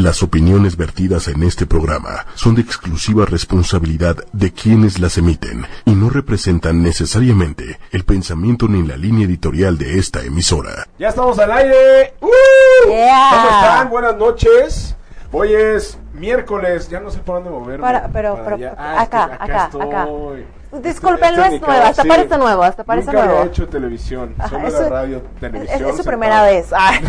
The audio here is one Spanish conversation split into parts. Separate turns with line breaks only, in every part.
Las opiniones vertidas en este programa son de exclusiva responsabilidad de quienes las emiten y no representan necesariamente el pensamiento ni la línea editorial de esta emisora.
¡Ya estamos al aire!
Yeah.
¿Cómo están? Buenas noches. Hoy es miércoles, ya no sé por dónde moverme.
Pero acá
estoy.
Disculpen, no es nuevo, hasta parece nuevo, hasta parece
Nunca
nuevo.
había hecho televisión, solo
eso,
de radio, televisión.
Es su primera vez.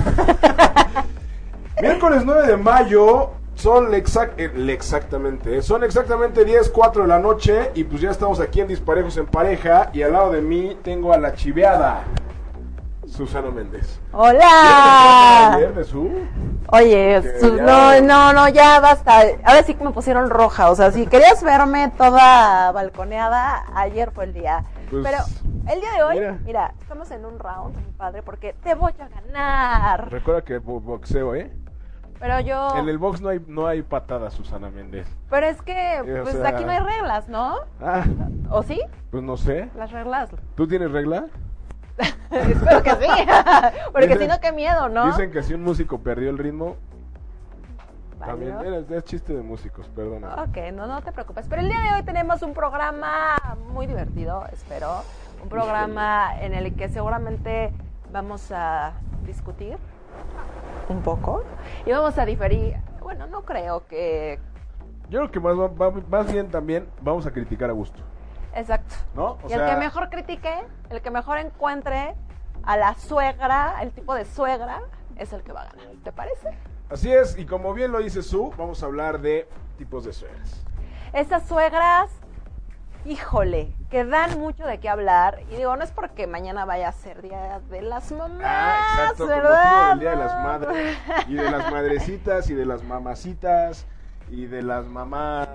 Miércoles 9 de mayo, son exactamente 10:04 de la noche y pues ya estamos aquí en Disparejos en Pareja y al lado de mí tengo a la chiveada, Susana Méndez.
¡Hola! Oye, no, ya basta. Ahora sí que me pusieron roja. O sea, si querías verme toda balconeada, ayer fue el día.
Pues,
pero el día de hoy, mira, estamos en un round, mi padre, porque te voy a ganar.
Recuerda que boxeo,
Pero yo...
En el box no hay patadas, Susana Méndez.
Pero es que, pues aquí no hay reglas, ¿no? ¿O sí?
Pues no sé.
Las reglas.
¿Tú tienes regla?
Espero que sí. Porque si no, qué miedo, ¿no?
Dicen que si un músico perdió el ritmo...
¿Vale?
También es chiste de músicos, perdona.
Ok, no te preocupes. Pero el día de hoy tenemos un programa muy divertido, espero. Un programa en el que seguramente vamos a discutir un poco y vamos a diferir. Bueno, no creo que...
Yo creo que más bien también vamos a criticar a gusto.
Exacto.
¿No?
El que mejor critique, el que mejor encuentre a la suegra, el tipo de suegra, es el que va a ganar. ¿Te parece?
Así es, y como bien lo dice Su, vamos a hablar de tipos de suegras.
Estas suegras, híjole, que dan mucho de qué hablar. Y digo, no es porque mañana vaya a ser Día de las Mamás,
exacto,
¿verdad?
Con motivo del Día de las Madres, y de las madrecitas, y de las mamacitas, y de las mamás...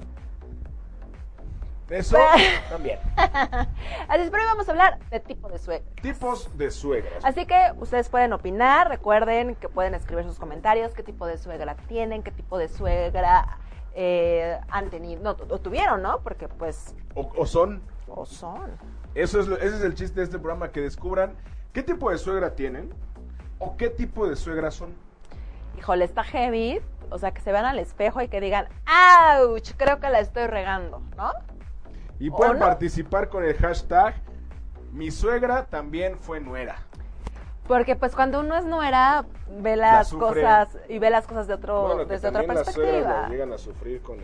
Eso también.
Así es, pero hoy vamos a hablar de tipo de suegras.
Tipos de suegras.
Así que ustedes pueden opinar, recuerden que pueden escribir sus comentarios, qué tipo de suegra tienen, qué tipo de suegra han tenido, o tuvieron, ¿no? Porque pues...
O son.
O son.
Ese es el chiste de este programa, que descubran qué tipo de suegra tienen o qué tipo de suegra son.
Híjole, está heavy, o sea, que se vean al espejo y que digan, ¡ouch! Creo que la estoy regando, ¿no?
Y pueden participar con el hashtag Mi suegra también fue nuera.
Porque pues cuando uno es nuera, ve las cosas y ve las cosas de desde otra perspectiva.
Las llegan a sufrir con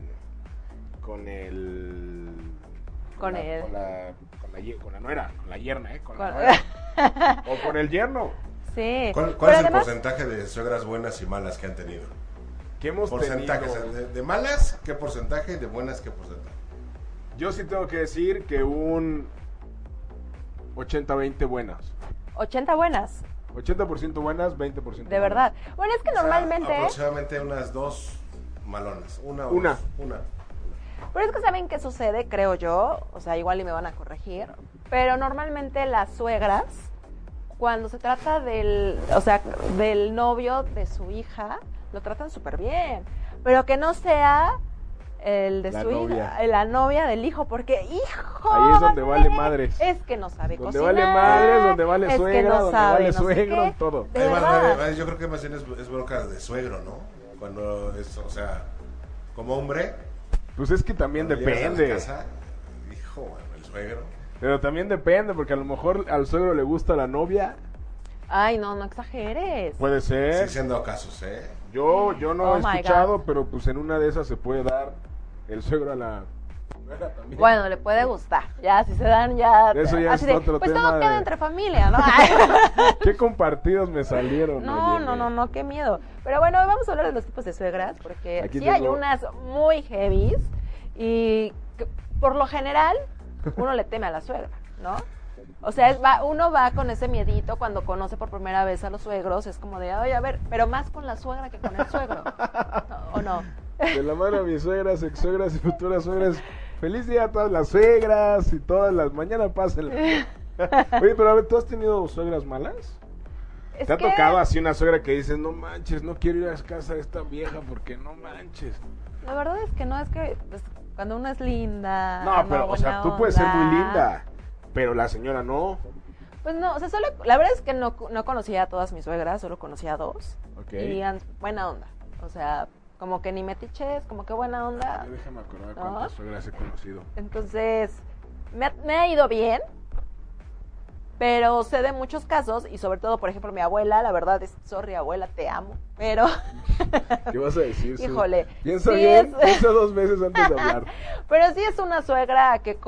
la nuera, con la yerna, con la nuera. O con el yerno.
Sí.
¿Cuál es el porcentaje de suegras buenas y malas que han tenido?
¿Qué hemos
porcentajes
tenido?
¿De malas qué porcentaje y de buenas qué porcentaje?
Yo sí tengo que decir que un 80-20 buenas.
80 buenas.
80% buenas, 20%
De
buenas.
verdad. Bueno, es que normalmente...
Aproximadamente unas 2 malonas. Una.
Pero es que ¿saben qué sucede? Creo yo, o sea, igual y me van a corregir, pero normalmente las suegras, cuando se trata del novio de su hija, lo tratan súper bien. Pero que no sea... el de su hija, la novia del hijo, porque hijo,
ahí es donde vale madres.
Es que no sabe
donde
cocinar.
Donde vale madres, donde vale
es
suegra,
que no
donde
sabe,
vale
no
suegro, todo.
Yo creo que más bien es bronca de suegro, ¿no? Cuando es, o sea, como hombre.
Pues es que también depende.
Casa, hijo, el suegro.
Pero también depende, porque a lo mejor al suegro le gusta la novia.
Ay, no exageres.
Puede ser.
Sí, se han dado casos,
Yo no he escuchado, pero pues en una de esas se puede dar el suegro a la nuera también.
Bueno, le puede gustar. Ya, si se dan, ya.
Eso ya es otro
pues
tema.
todo queda entre familia, ¿no?
Qué compartidos me salieron.
No, qué miedo. Pero bueno, vamos a hablar de los tipos de suegras, porque
aquí
sí hay unas muy heavies y que, por lo general uno le teme a la suegra, ¿no? O sea, uno va con ese miedito cuando conoce por primera vez a los suegros, es como de, oye, a ver, pero más con la suegra que con el suegro, ¿o no?
De la mano a mis suegras, ex suegras y futuras suegras. Feliz día a todas las suegras y todas las... Mañana pásenla. Oye, pero a ver, ¿tú has tenido suegras malas? ¿Te ha tocado así una suegra que dices, no manches, no quiero ir a casa de esta vieja porque no manches?
La verdad es que no, es que pues, cuando uno es linda...
No, pero, o sea, tú puedes ser muy linda, pero la señora no.
Pues no, o sea, solo... La verdad es que no conocía a todas mis suegras, solo conocía a 2.
Ok.
Y buena onda. O sea, como que ni metiches, como que buena onda.
Déjame acordar
¿no?
cuántas suegras he conocido.
Entonces, me ha ido bien, pero sé de muchos casos, y sobre todo, por ejemplo, mi abuela, la verdad es, sorry abuela, te amo, pero...
¿Qué vas a decir?
Híjole.
Piensa
sí
bien, piensa 2 veces antes de hablar.
Pero sí es una suegra que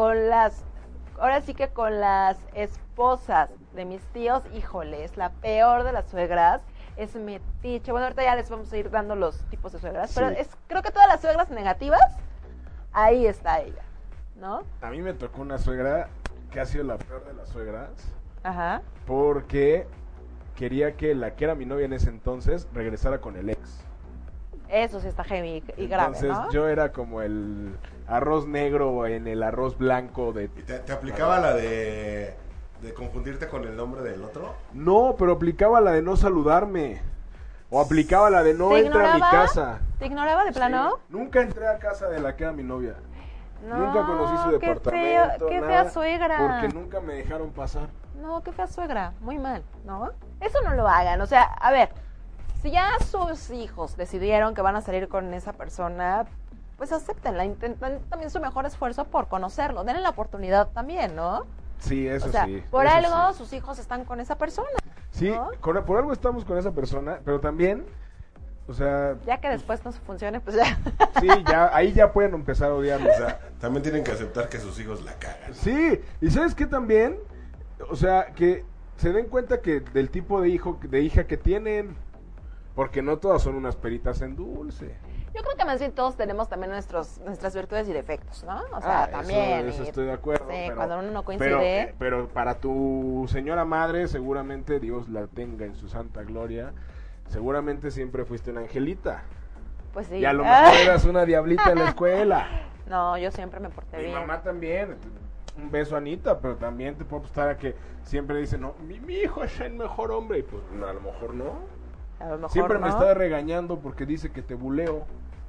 ahora sí que con las esposas de mis tíos, híjole, es la peor de las suegras, es metiche. Bueno, ahorita ya les vamos a ir dando los tipos de suegras,
Sí.
pero creo que todas las suegras negativas, ahí está ella, ¿no?
A mí me tocó una suegra que ha sido la peor de las suegras
Ajá.
porque quería que la que era mi novia en ese entonces regresara con el ex.
Eso sí está heavy y grave,
Entonces
¿no?
yo era como el arroz negro en el arroz blanco de...
¿Y te aplicaba la de confundirte con el nombre del otro?
No, pero aplicaba la de no saludarme. O aplicaba la de no
¿Te
entra a mi
ignoraba?
casa.
¿Te ignoraba de plano?
Sí, nunca entré a casa de la que era mi novia.
No,
Nunca conocí su
qué
departamento.
qué
nada,
fea suegra.
Porque nunca me dejaron pasar.
No, qué fea suegra, muy mal, ¿no? Eso no lo hagan, o sea, a ver, si ya sus hijos decidieron que van a salir con esa persona, pues acéptenla, intenten también su mejor esfuerzo por conocerlo, denle la oportunidad también, ¿no?
Sí, eso
O sea,
sí.
por
eso
algo
sí.
sus hijos están con esa persona,
Sí,
¿no?
por algo estamos con esa persona, pero también, o sea,
Ya que después no se funcione, pues ya.
sí, ya, ahí ya pueden empezar a odiarnos.
O sea, también tienen que aceptar que sus hijos la cagan.
Sí, y ¿sabes qué también? O sea, que se den cuenta que del tipo de hija que tienen, porque no todas son unas peritas en dulce.
Yo creo que más bien todos tenemos también nuestras virtudes y defectos, ¿no? O sea, también.
Eso
y-
estoy de acuerdo.
sí,
pero,
cuando uno no coincide.
Pero para tu señora madre, seguramente Dios la tenga en su santa gloria. Seguramente siempre fuiste una angelita.
Pues sí.
Y a lo mejor eras una diablita en la escuela.
No, yo siempre me porté
Mi
bien.
mamá también. Un beso, Anita, pero también te puedo apostar a que siempre dice, no, mi hijo es el mejor hombre. Y pues a lo mejor no.
A lo mejor
Siempre
no.
me está regañando porque dice que te buleo.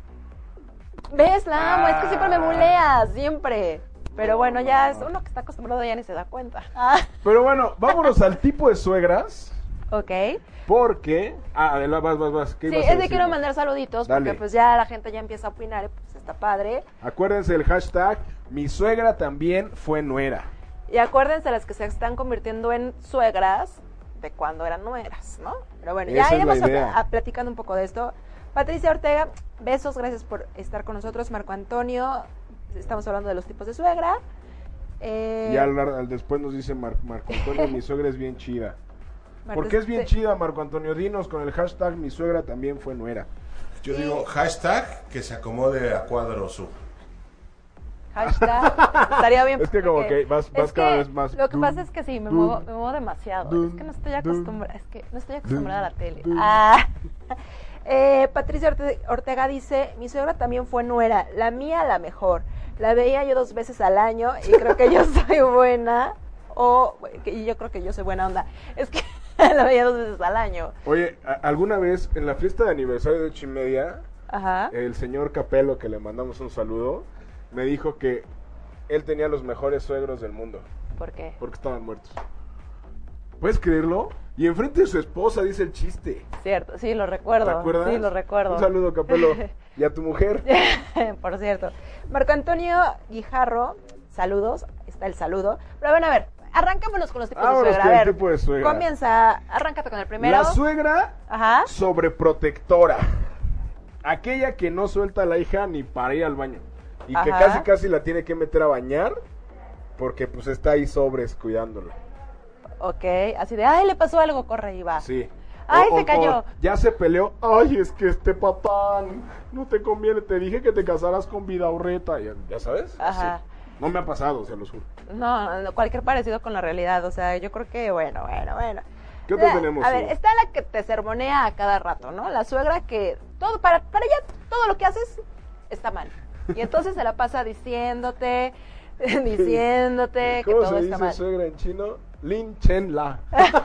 ¿Ves? La amo, es que siempre me
Ah.
buleas, siempre. Pero bueno, ya es uno que está acostumbrado ya ni se da cuenta.
Pero bueno, vámonos al tipo de suegras.
Ok.
Porque... vas. ¿Qué
Sí,
ibas a
es de
decir?
quiero mandar saluditos
Dale.
porque pues ya la gente ya empieza a opinar y pues está padre.
Acuérdense del hashtag, mi suegra también fue nuera.
Y acuérdense las que se están convirtiendo en suegras de cuando eran nueras, ¿no? Pero bueno, ya
Esa es la
iremos
idea.
platicando un poco de esto. Patricia Ortega, besos, gracias por estar con nosotros. Marco Antonio, estamos hablando de los tipos de suegra.
Y después nos dice Marco Antonio, mi suegra es bien chida.
Marco,
¿Por qué es bien
sí.
chida, Marco Antonio? Dinos con el hashtag, mi suegra también fue nuera.
Yo digo hashtag que se acomode a cuadro su.
Hashtag, estaría bien.
Es que como
porque-
que vas
es
cada
que
vez más
Lo que
dum,
pasa es que sí, me
dum,
muevo demasiado.
dum,
Es que no estoy
dum,
acostumbrada, a la tele.
dum.
Patricia Ortega dice, mi suegra también fue nuera, la mía la mejor. La veía yo 2 veces al año y creo que yo soy buena. Y yo creo que yo soy buena onda. Es que la veía 2 veces al año.
Oye, alguna vez en la fiesta de aniversario de 8:30,
Ajá.
el señor Capello, que le mandamos un saludo, me dijo que él tenía los mejores suegros del mundo,
¿Por qué?
porque estaban muertos. ¿Puedes creerlo? Y enfrente de su esposa dice el chiste.
Cierto, sí, lo recuerdo.
¿Te acuerdas?
Sí, lo recuerdo.
Un saludo, Capello. Y a tu mujer.
Por cierto. Marco Antonio Guijarro, saludos, está el saludo. Pero bueno, a ver, arrancámonos con los tipos
Vámonos
de suegra.
con
A
el
ver,
tipo de suegra.
comienza, arráncate con el primero.
La suegra
Ajá.
sobreprotectora. Aquella que no suelta a la hija ni para ir al baño. Y que
Ajá.
casi la tiene que meter a bañar porque pues está ahí sobres cuidándola.
Ok, así de, ay, le pasó algo, corre y va.
Sí.
Ay, se cayó.
Ya se peleó. Ay, es que este patán no te conviene. Te dije que te casaras con Vidaurreta. Ya sabes.
Ajá.
Sí. No me ha pasado, se los juro.
No, cualquier parecido con la realidad, o sea, yo creo que, bueno.
¿Qué otro tenemos,
A ver,
Hugo?
está la que te sermonea a cada rato, ¿no? La suegra que todo, para ella, todo lo que haces está mal. Y entonces se la pasa diciéndote que
¿Cómo
todo
se
está
dice
mal.
suegra en chino? Lin Chen La.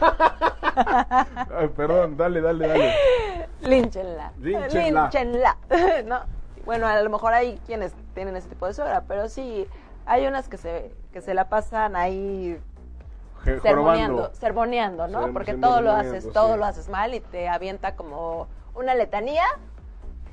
Ay, perdón, dale.
Línchenla.
Línchenla.
¿No? Bueno, a lo mejor hay quienes tienen ese tipo de suegra, pero sí, hay unas que se la pasan ahí sermoneando, ¿no? Porque todo lo haces
sí.
mal y te avienta como una letanía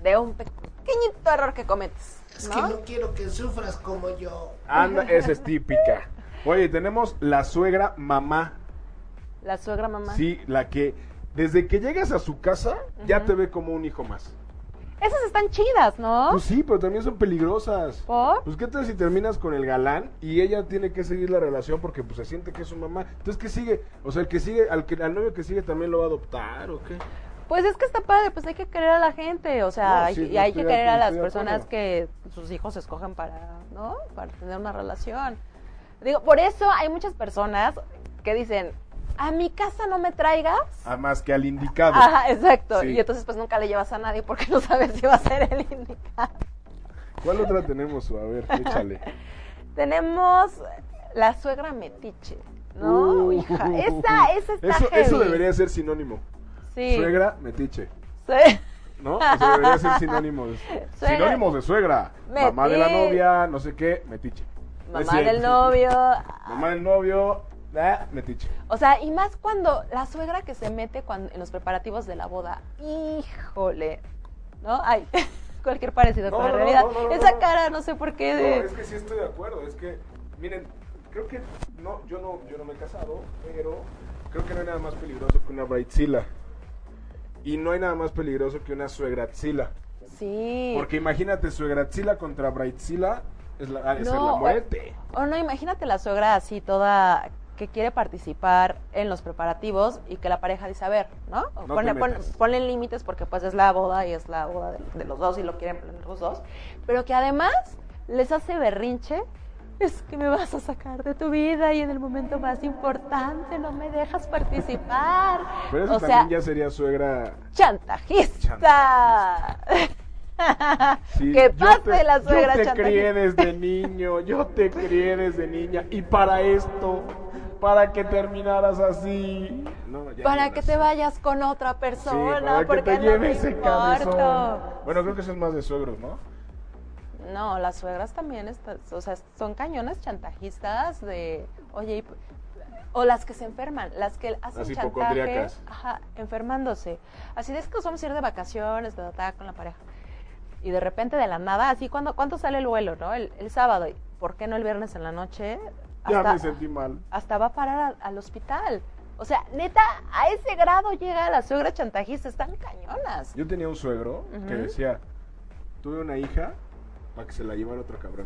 de un pequeñito error que cometes.
Es que no quiero que sufras como yo.
Anda, esa es típica. Oye, tenemos la suegra mamá.
La suegra mamá.
Sí, la que desde que llegas a su casa ya te ve como un hijo más.
Esas están chidas, ¿no?
Pues sí, pero también son peligrosas.
¿Por?
Pues qué tal si terminas con el galán y ella tiene que seguir la relación porque pues se siente que es su mamá. Entonces, ¿qué sigue? O sea, el que sigue, al novio que sigue también lo va a adoptar ¿o qué?
Pues es que está padre, pues hay que querer a la gente, o sea,
No, sí,
y hay que querer a las
estoy de
personas
acuerdo.
que sus hijos escogen para, ¿no? Para tener una relación. Digo, por eso hay muchas personas que dicen, a mi casa no me traigas.
Ah, más que al indicado.
Ajá, exacto.
Sí.
Y entonces pues nunca le llevas a nadie porque no sabes si va a ser el indicado.
¿Cuál otra tenemos? A ver, échale.
Tenemos la suegra metiche, ¿no? Hija, esa está
Eso
heavy.
debería ser sinónimo.
Sí.
Suegra, metiche.
Sí.
¿No? Eso debería ser sinónimos.
Suegra.
Sinónimos de suegra. Mamá de la novia, no sé qué, metiche. No es
Mamá del
cierto.
novio.
Mamá del novio, metiche.
O sea, y más cuando la suegra que se mete en los preparativos de la boda, híjole, ¿no? Ay, cualquier parecido con la realidad. Esa cara, no sé por qué.
No, es que sí estoy de acuerdo. Es que, miren, creo que yo no me he casado, pero creo que no hay nada más peligroso que una bridezilla. Y no hay nada más peligroso que una suegratzilla.
Sí.
Porque imagínate, suegratzilla contra bridezilla es la
No,
muerte.
O no, imagínate la suegra así toda que quiere participar en los preparativos y que la pareja dice, a ver, ¿no?
No te metas.
Ponle límites porque pues es la boda y es la boda de los dos y lo quieren planear los dos, pero que además les hace berrinche, es que me vas a sacar de tu vida y en el momento más importante no me dejas participar.
Pero eso
o
también
sea,
ya sería suegra.
chantajista.
Sí,
Que pase la suegra
Yo te
chantajista.
crié desde niño, yo te crié desde niña. Y para esto, para que terminaras así. No, ya
Para
no
que
es.
te vayas con otra
Sí,
persona,
para que
porque
te
no
lleve
me
ese
importa.
cabezón. Bueno, creo que eso es más de suegros, ¿no?
No, las suegras también o sea, son cañonas chantajistas de, oye, o las que se enferman, las que hacen
Las
chantaje,
hipocondríacas.
ajá, enfermándose. Así de es que nos vamos a ir de vacaciones, con la pareja. Y de repente de la nada, así ¿cuánto sale el vuelo, no? El sábado, ¿y por qué no el viernes en la noche?
Ya me sentí mal.
Hasta va a parar al hospital. O sea, neta, a ese grado llega la suegra chantajista, están cañonas.
Yo tenía un suegro que decía, tuve una hija para que se la llevara otro cabrón.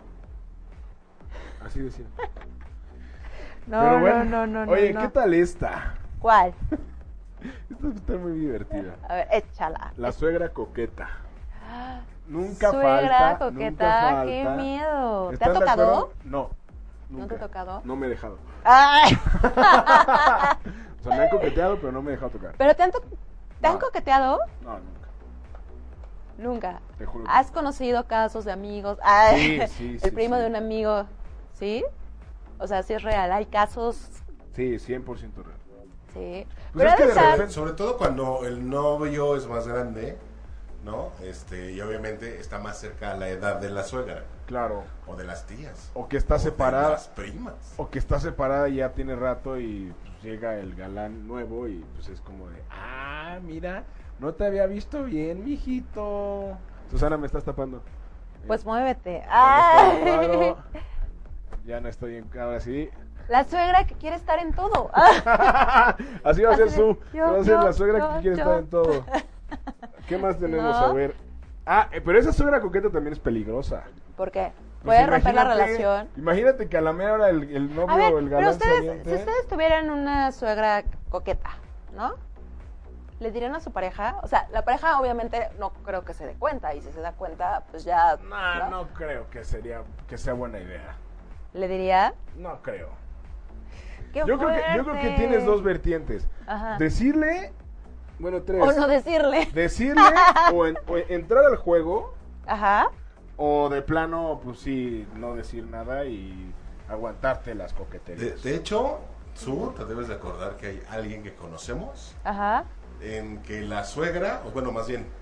Así decía.
No,
Pero bueno,
no.
oye,
no.
¿qué tal esta?
¿Cuál?
Esta está muy divertida.
A ver, échala.
La suegra coqueta. Nunca
Suegra
falta.
coqueta,
nunca falta.
qué miedo. ¿Te
¿Estás
ha
de
tocado?
acuerdo? No.
¿No
Nunca.
te ha tocado?
No me he dejado.
¡Ay!
O sea, me han coqueteado, pero no me he dejado tocar.
¿Pero te han
No.
coqueteado?
No, nunca.
Nunca.
Te juro que
¿Has conocido casos de amigos? Ay,
Sí,
el primo
sí.
de un amigo, ¿sí? O sea, sí es real, hay casos,
Sí, 100% real.
sí.
Pues es que de
estar-
repente-
Sobre todo cuando el novio es más grande, ¿no? Y obviamente está más cerca a la edad de la suegra
Claro.
o de las tías.
O que está
o de
separada.
las primas.
O que está separada y ya tiene rato y pues, llega el galán nuevo y pues es como de, mira, no te había visto bien, mijito. Susana, me estás tapando.
Pues muévete.
Ya no estoy
¡Ay!
tapado. Ya no estoy en... Ahora sí.
La suegra que quiere estar en todo.
Así va a ser
Así
su.
de,
Va a ser
yo,
la suegra
yo,
que quiere
yo.
estar en todo. ¿Qué más tenemos?
¿No?
A ver. Pero esa suegra coqueta también es peligrosa.
¿Por qué?
Pues
Puede romper la
imagínate-
relación.
Imagínate que a la mera hora el novio
A ver,
o el
pero
galán
ustedes,
saliente...
si ustedes tuvieran una suegra coqueta, ¿no? ¿Le dirían a su pareja? O sea, la pareja obviamente no creo que se dé cuenta, y si se da cuenta, pues ya...
No creo que sea buena idea.
¿Le diría?
No creo.
¡Qué
Yo creo que
fuerte!
tienes dos vertientes.
Ajá.
Decirle, bueno, tres.
O no decirle.
Decirle o entrar al juego
Ajá.
o de plano, pues sí, no decir nada y aguantarte las coqueterías.
De hecho, te debes de acordar que hay alguien que conocemos
Ajá.
en que la suegra, o bueno, más bien,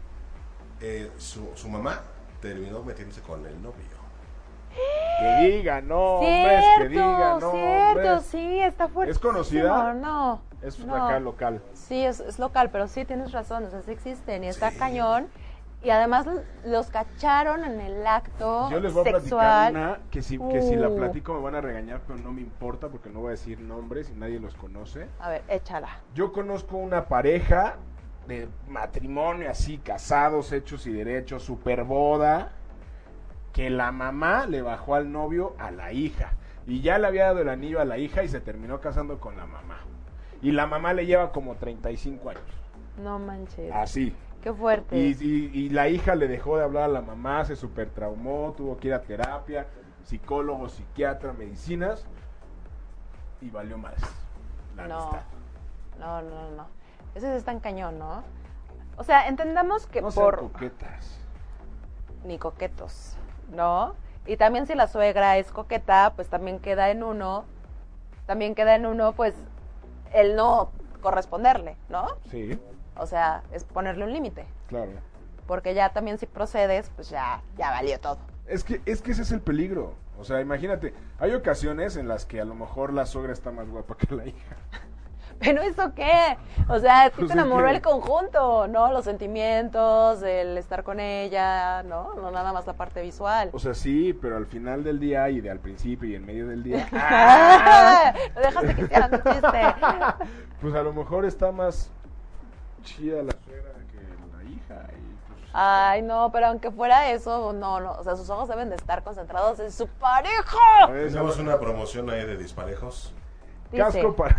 su mamá terminó metiéndose con el novio.
Que diga nombres,
Cierto,
que diga
cierto,
nombres.
sí, está fuerte.
¿Es conocida?
No.
Es
no.
acá local.
Sí, es local, pero sí tienes razón, o sea, sí existen y está
Sí.
cañón. Y además los cacharon en el acto
Yo les voy a
sexual.
platicar una que si la platico me van a regañar, pero no me importa porque no voy a decir nombres y nadie los conoce.
A ver, échala.
Yo conozco una pareja de matrimonio así, casados, hechos y derechos, super boda, que la mamá le bajó al novio a la hija. Y ya le había dado el anillo a la hija y se terminó casando con la mamá. Y la mamá le lleva como 35 años.
No manches.
Así.
Qué fuerte.
Y la hija le dejó de hablar a la mamá, se super traumó, tuvo que ir a terapia, psicólogo, psiquiatra, medicinas, y valió más la amistad.
No. Ese es tan cañón, ¿no? O sea, entendamos que
No sean
por...
coquetas.
Ni coquetos, ¿no? Y también si la suegra es coqueta, pues también queda en uno, pues, el no corresponderle, ¿no?
Sí,
O sea, es ponerle un límite.
claro.
Porque ya también si procedes, pues ya valió todo.
Es que ese es el peligro. O sea, imagínate, hay ocasiones en las que a lo mejor la suegra está más guapa que la hija.
¿Pero eso qué? O sea, sí
Pues
te enamoró
es que-
el conjunto, ¿no? Los sentimientos, el estar con ella, ¿no? No nada más la parte visual.
O sea, sí, pero al final del día y al principio y en medio del día,
No dejaste que hicieran tu chiste.
pues a lo mejor está más chida la suegra que la hija. Y pues,
Ay, no, pero aunque fuera eso, no. O sea, sus ojos deben de estar concentrados en su pareja.
a ver,
Tenemos una promoción ahí de disparejos.
Dice,
casco para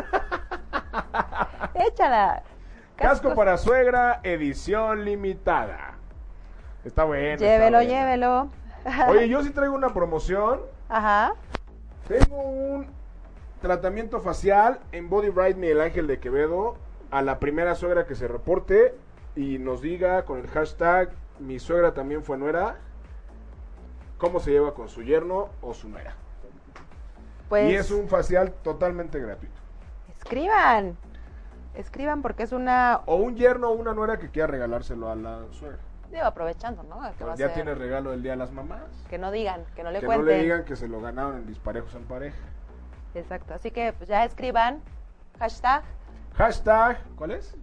échala.
casco para suegra, edición limitada. Está bueno.
Llévelo,
está bueno.
llévelo.
Oye, yo sí traigo una promoción.
Ajá.
Tengo un tratamiento facial en Body Bright Miguel Ángel de Quevedo a la primera suegra que se reporte y nos diga con el hashtag mi suegra también fue nuera cómo se lleva con su yerno o su nuera.
Pues
Y es un facial totalmente gratuito.
escriban porque es una...
O un yerno o una nuera que quiera regalárselo a la suegra.
Digo, aprovechando, ¿no? Que va a
Ya
ser-
tiene regalo del Día de las Mamás.
Que no digan, que no le
Que
cuenten.
no le digan que se lo ganaron en Disparejos en Pareja.
Exacto, así que pues ya escriban hashtag
Hashtag, ¿cuál es?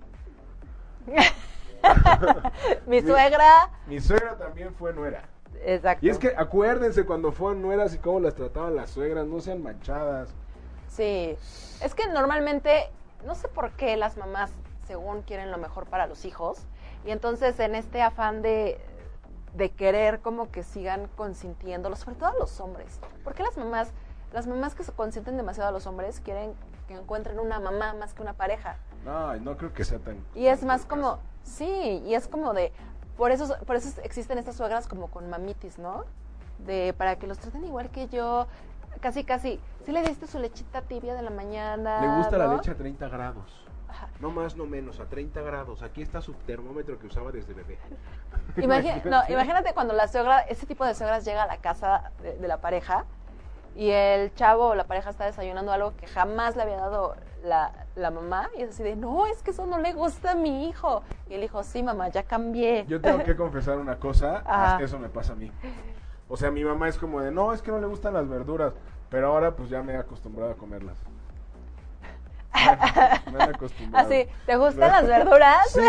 mi suegra.
Mi suegra también fue nuera.
Exacto.
Y es que acuérdense cuando fueron nueras y cómo las trataban las suegras, no sean manchadas.
Sí, es que normalmente, no sé por qué las mamás, según quieren lo mejor para los hijos, y entonces en este afán de querer como que sigan consintiéndolos, sobre todo a los hombres. ¿Por qué las mamás que se consienten demasiado a los hombres quieren que encuentren una mamá más que una pareja?
No creo que sea tan...
Y es más como, sí, y es como de, por eso existen estas suegras como con mamitis, ¿no? Para que los traten igual que yo, casi, sí le diste su lechita tibia de la mañana,
Le gusta la
¿no?
leche a 30 grados.
Ajá.
No más, no menos, a 30 grados. Aquí está su termómetro que usaba desde bebé.
Imagínate cuando la suegra, ese tipo de suegras llega a la casa de la pareja y el chavo o la pareja está desayunando algo que jamás le había dado la mamá y es así de, no, es que eso no le gusta a mi hijo. Y el hijo, sí, mamá, ya cambié.
Yo tengo que confesar una cosa,
Ajá.
eso me pasa a mí. O sea, mi mamá es como de, no, es que no le gustan las verduras, pero ahora pues ya me he acostumbrado a comerlas. Me he acostumbrado.
Así, ¿te gustan las verduras?
Sí,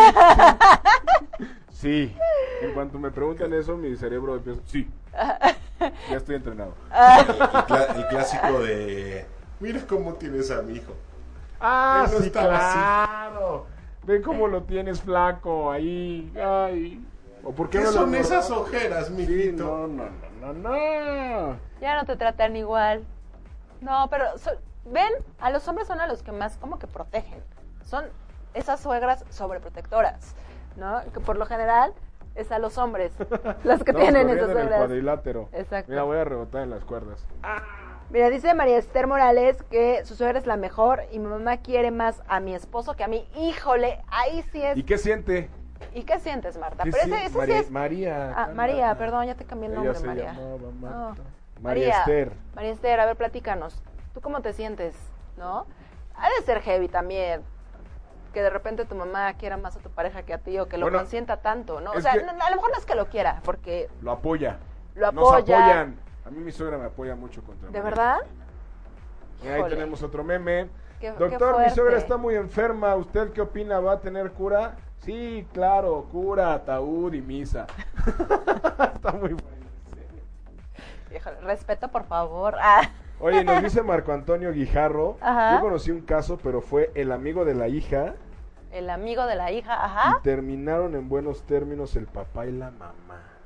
sí. En cuanto me preguntan eso, mi cerebro empieza, sí. Ya estoy entrenado.
El clásico de, mira cómo tienes a mi hijo.
Ah,
Él no
sí,
estaba así.
claro. Ven cómo lo tienes flaco ahí. Ay. ¿O por qué
¿Qué
no lo
son esas
engordó?
ojeras,
Sí,
mijito?
no.
Ya no te tratan igual. No, pero ven, a los hombres son a los que más como que protegen. Son esas suegras sobreprotectoras, ¿no? Que por lo general es a los hombres los que
Estamos
tienen
corriendo
esas
en el
suegras.
cuadrilátero.
Exacto.
Mira, voy a rebotar en las cuerdas.
Mira, dice María Esther Morales que su suegra es la mejor y mi mamá quiere más a mi esposo que a mí. Híjole, ahí sí es.
¿Y qué siente?
¿Y qué sientes, Marta?
¿Qué
Pero
siente?
ese
María,
sí es...
María.
Ah, María, perdón, ya te cambié el
Ella
nombre,
se
María.
llamaba Marta.
No.
María Esther.
María Esther, a ver, platícanos. ¿Tú cómo te sientes, no? Ha de ser heavy también. Que de repente tu mamá quiera más a tu pareja que a ti o que lo
Bueno,
consienta tanto, ¿no? O
es
sea,
que-
a lo mejor no es que lo quiera, porque...
Lo apoya.
Lo
Nos
apoya.
apoyan. A mí mi suegra me apoya mucho contra
¿De
María.
verdad?
Y ahí
Híjole.
tenemos otro meme.
Qué
Doctor, mi
fuerte.
suegra está muy enferma. ¿Usted qué opina? ¿Va a tener cura? Sí, claro, cura, ataúd y misa. Está muy bueno.
Híjole, respeto, por favor.
Oye, nos dice Marco Antonio Guijarro.
Ajá.
Yo conocí un caso, pero fue el amigo de la hija.
El amigo de la hija, ajá.
Y terminaron en buenos términos el papá y la mamá.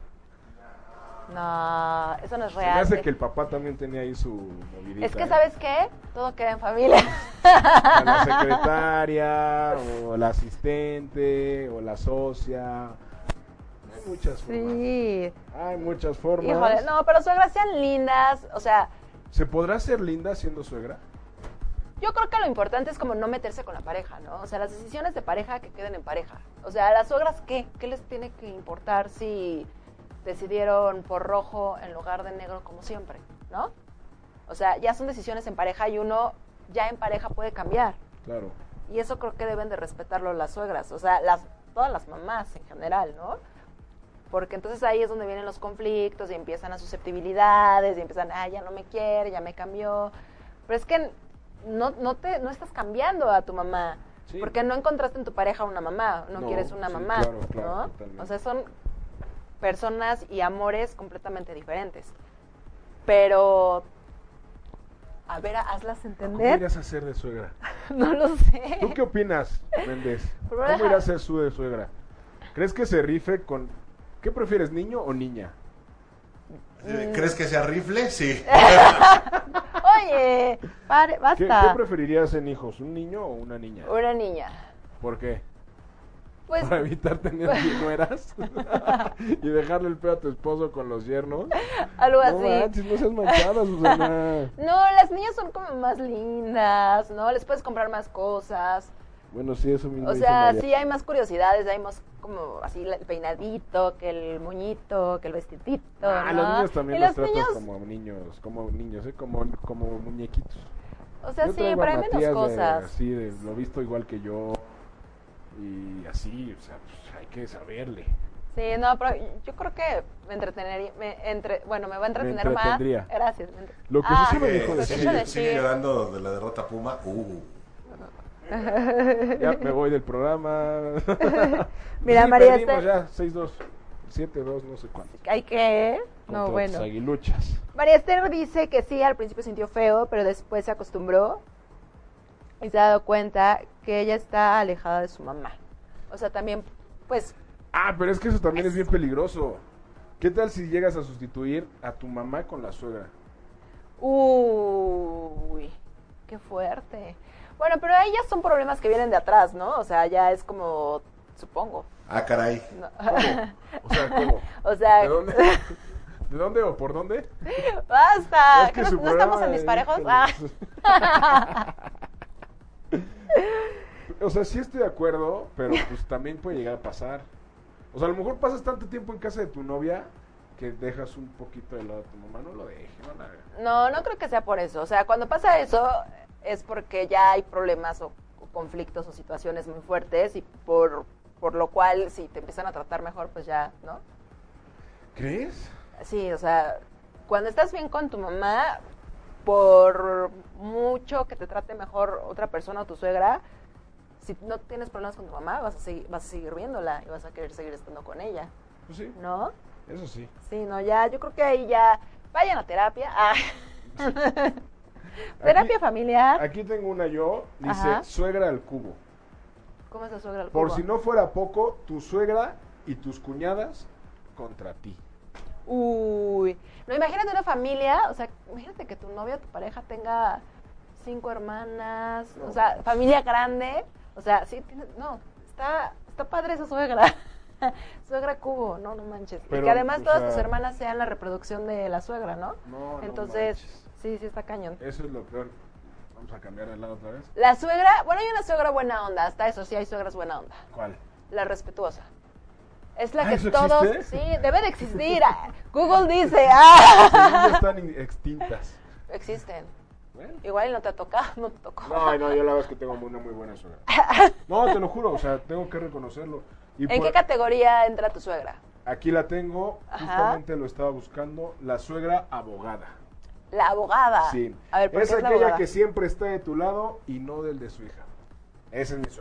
No, eso no es
Se me
real.
hace que el papá también tenía ahí su movidita.
Es que, ¿sabes qué? Todo queda en familia.
A la secretaria, o la asistente, o la socia. Hay muchas formas.
Sí.
Hay muchas formas.
Híjole, no, pero suegras sean lindas, o sea,
¿Se podrá ser linda siendo suegra?
yo creo que lo importante es como no meterse con la pareja, ¿no? O sea, las decisiones de pareja que queden en pareja. O sea, las suegras, ¿qué? ¿Qué les tiene que importar si decidieron por rojo en lugar de negro como siempre, ¿no? O sea, ya son decisiones en pareja y uno ya en pareja puede cambiar.
Claro.
Y eso creo que deben de respetarlo las suegras, o sea, todas las mamás en general, ¿no? Porque entonces ahí es donde vienen los conflictos y empiezan las susceptibilidades y empiezan, ya no me quiere, ya me cambió. Pero es que no estás cambiando a tu mamá,
Sí.
porque no encontraste en tu pareja una mamá, no quieres una
sí,
mamá,
claro,
¿no?
totalmente.
O sea, son personas y amores completamente diferentes. Pero, a ver, hazlas
¿Cómo
entender.
irás a ser de suegra?
No lo sé.
¿Tú qué opinas, Méndez?
Pero
¿Cómo
deja-
irás a ser su de suegra? ¿Crees que se rife con... ¿Qué prefieres, niño o niña?
¿Crees que sea rifle? Sí.
Oye, basta.
¿Qué preferirías en hijos, un niño o una niña?
Una niña.
¿Por qué?
Pues,
¿Para evitar tener nueras? ¿Y dejarle el pedo a tu esposo con los yernos?
algo
No
así.
manches, no seas manchada, Susana.
No, las niñas son como más lindas, ¿no? Les puedes comprar más cosas.
Bueno, sí, eso mismo
O
dice
sea,
María.
sí hay más curiosidades, hay más como así el peinadito, que el moñito, que el vestidito,
Ah,
¿no?
los niños también
Y
los
los
tratas
niños,
como niños, como muñequitos.
o sea,
Yo
sí,
traigo
pero
a
hay menos
Matías
cosas.
Así, lo visto igual que yo. Y así, o sea, pues, hay que saberle.
Sí, no, pero yo creo que me entretenería, bueno, me va a entretener más.
entretendría.
Gracias.
Lo que sí me dijo
lo
de
escucho
Chile.
Sigue
decir.
llorando de la derrota Puma.
Ya me voy del programa.
Mira,
Sí,
María
perdimos
Esther,
ya, 6-2, 7-2, no sé cuánto.
hay que,
Contra
no,
tus
bueno.
aguiluchas.
María Esther dice que sí, al principio sintió feo, pero después se acostumbró y se ha dado cuenta que ella está alejada de su mamá. O sea, también, pues,
Ah, pero es que eso también es bien peligroso. ¿Qué tal si llegas a sustituir a tu mamá con la suegra?
uy, qué fuerte. Bueno, pero ahí ya son problemas que vienen de atrás, ¿no? O sea, ya es como, supongo.
Ah, caray.
¿no?
O sea, ¿cómo?
O sea,
¿De dónde? ¿De dónde o por dónde?
basta.
Es que
¿Que
su
no estamos
programa
en
es-
disparejos?
O sea, sí estoy de acuerdo, pero pues también puede llegar a pasar. O sea, a lo mejor pasas tanto tiempo en casa de tu novia que dejas un poquito de lado a tu mamá. No lo dejes, no la hagas.
No creo que sea por eso. O sea, cuando pasa eso es porque ya hay problemas o conflictos o situaciones muy fuertes y por lo cual si te empiezan a tratar mejor, pues ya, ¿no?
¿Crees?
Sí, o sea, cuando estás bien con tu mamá, por mucho que te trate mejor otra persona o tu suegra, si no tienes problemas con tu mamá, vas a seguir viéndola y vas a querer seguir estando con ella,
Pues sí,
¿no?
eso sí.
Sí, no, ya, yo creo que ahí ya, vayan a terapia. Terapia familiar.
Aquí tengo una yo, dice
Ajá.
suegra al cubo.
¿Cómo es la suegra al
Por
cubo?
si no fuera poco, tu suegra y tus cuñadas contra ti.
Uy, no, imagínate una familia, o sea, imagínate que tu novia, tu pareja tenga 5 hermanas,
No.
o sea, familia grande, o sea, sí, está padre esa suegra, suegra cubo, no manches, y
Pero,
que además
o
todas
sea,
tus hermanas sean la reproducción de la suegra, ¿no?
No,
Entonces,
manches.
sí está cañón.
Eso es lo peor. Vamos a cambiar de lado otra vez.
La suegra, bueno, hay una suegra buena onda, hasta eso sí hay suegras buena onda,
¿Cuál?
la respetuosa. Es la
Ah,
que
¿eso
todos,
existe?
sí, debe de existir. Google dice,
Según ya están extintas.
existen.
Bueno.
Igual y no te ha tocado, no te tocó.
No, yo la verdad es que tengo una muy buena suegra. No, te lo juro, o sea, tengo que reconocerlo. Y
¿En qué categoría entra tu suegra?
aquí la tengo,
Ajá.
justamente lo estaba buscando, la suegra abogada.
La abogada.
Sí.
A ver, ¿por
Es
qué es la
aquella
abogada?
que siempre está de tu lado y no del de su hija. Esa es mi suegra.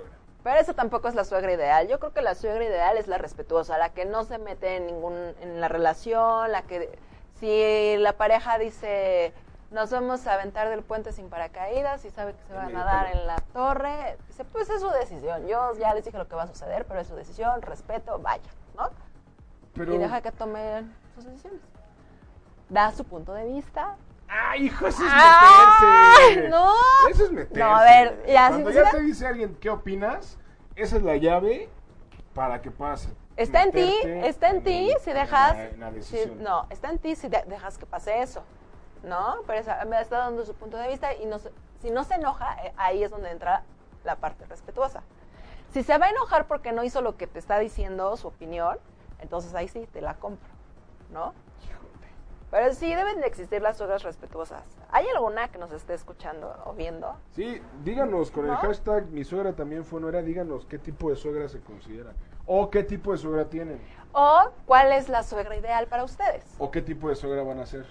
Pero eso tampoco es la suegra ideal. Yo creo que la suegra ideal es la respetuosa, la que no se mete en la relación, la que si la pareja dice nos vamos a aventar del puente sin paracaídas y sabe que se van a dar en la torre, dice, pues es su decisión. Yo ya les dije lo que va a suceder, pero es su decisión, respeto, vaya, ¿no? Y deja que tomen sus decisiones. Da su punto de vista.
¡Ay, hijo, eso es meterse!
¡No!
Eso es meterse.
No, a ver, ya,
cuando ya te dice alguien, ¿qué opinas? Esa es la llave para que pase.
Está en ti si dejas...
No,
está en ti si dejas que pase eso, ¿no? Pero me está dando su punto de vista y si no se enoja, ahí es donde entra la parte respetuosa. Si se va a enojar porque no hizo lo que te está diciendo, su opinión, entonces ahí sí te la compro, ¿no? Pero sí deben de existir las suegras respetuosas. ¿Hay alguna que nos esté escuchando o viendo?
Sí, díganos con el hashtag mi suegra también fue nuera, díganos qué tipo de suegra se considera. O qué tipo de suegra tienen.
O cuál es la suegra ideal para ustedes.
O qué tipo de suegra van a ser.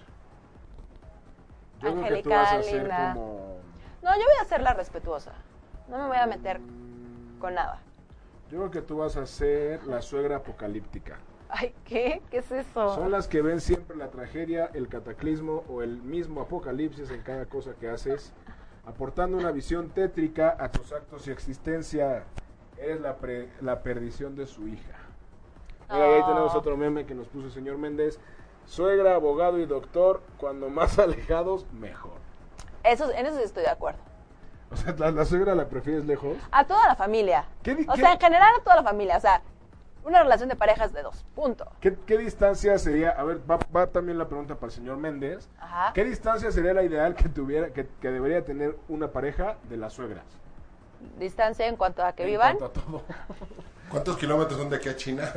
Yo
Angélica,
creo que tú vas a ser
linda.
como...
No, yo voy a ser la respetuosa. No me voy a meter con nada.
Yo creo que tú vas a ser la suegra apocalíptica.
Ay, ¿qué? ¿Qué es eso?
Son las que ven siempre la tragedia, el cataclismo o el mismo apocalipsis en cada cosa que haces, aportando una visión tétrica a tus actos y existencia. Eres la perdición de su hija. Mira, y ahí tenemos otro meme que nos puso el señor Méndez. Suegra, abogado y doctor, cuando más alejados, mejor.
En eso sí estoy de acuerdo.
O sea, ¿la suegra la prefieres lejos?
A toda la familia.
¿Qué?
Sea, en general a toda la familia. O sea, una relación de pareja es de 2, punto.
¿Qué distancia sería? A ver, va también la pregunta para el señor Méndez.
Ajá.
¿Qué distancia sería la ideal que debería tener una pareja de las suegras?
Distancia en cuanto a que vivan.
En cuanto a todo.
¿Cuántos kilómetros son de aquí a China?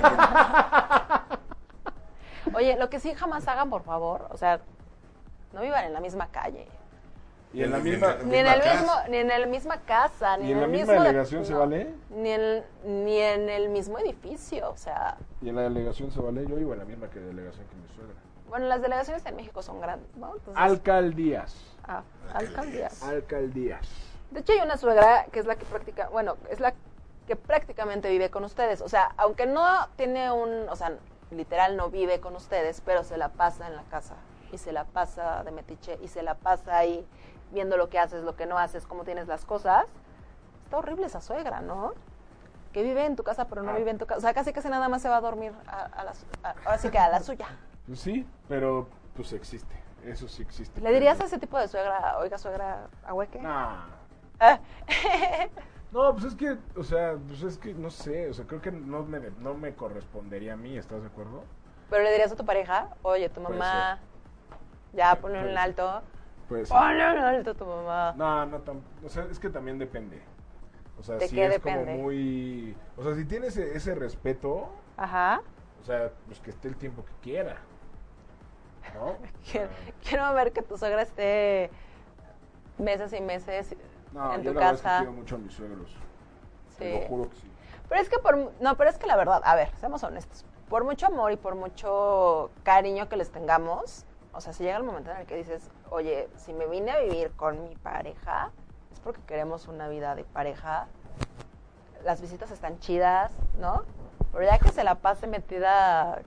Oye, lo que sí jamás hagan, por favor, o sea, no vivan en la misma calle.
Y en la misma...
Ni en la misma casa, ni
¿Y en la
mismo
misma delegación se vale?
Ni en el mismo edificio, o sea...
¿Y en la delegación se vale? Yo vivo en la misma delegación que mi suegra.
Bueno, las delegaciones en México son grandes, ¿no? Entonces,
alcaldías.
Alcaldías. De hecho, hay una suegra que es la que prácticamente vive con ustedes. O sea, aunque no tiene literal no vive con ustedes, pero se la pasa en la casa. Y se la pasa de metiche, y se la pasa ahí viendo lo que haces, lo que no haces, cómo tienes las cosas. Está horrible esa suegra, ¿no? Que vive en tu casa, pero no vive en tu casa. O sea, casi nada más se va a dormir ahora sí que a la suya.
Pues sí, pero pues existe. Eso sí existe.
¿Le dirías a ese tipo de suegra, oiga, suegra, ahueque?
No, pues es que, no sé, creo que no me correspondería a mí, ¿estás de acuerdo?
Pero le dirías a tu pareja, oye, tu mamá, ya ponle un alto.
Puede ser.
Ponle un alto a tu mamá.
No, o sea, es que también depende. O sea,
¿De
si
qué
es
depende?
como muy... O sea, si tienes ese respeto,
Ajá.
o sea, pues que esté el tiempo que quiera, ¿no?
Quiero ver que tu suegra esté meses y meses en tu
yo la
casa.
verdad es que quiero mucho a mis suegros.
Sí.
Te lo juro que sí.
Pero es que la verdad, a ver, seamos honestos. Por mucho amor y por mucho cariño que les tengamos, o sea, si llega el momento en el que dices, oye, si me vine a vivir con mi pareja, es porque queremos una vida de pareja. Las visitas están chidas, ¿no? Pero ya que se la pase metida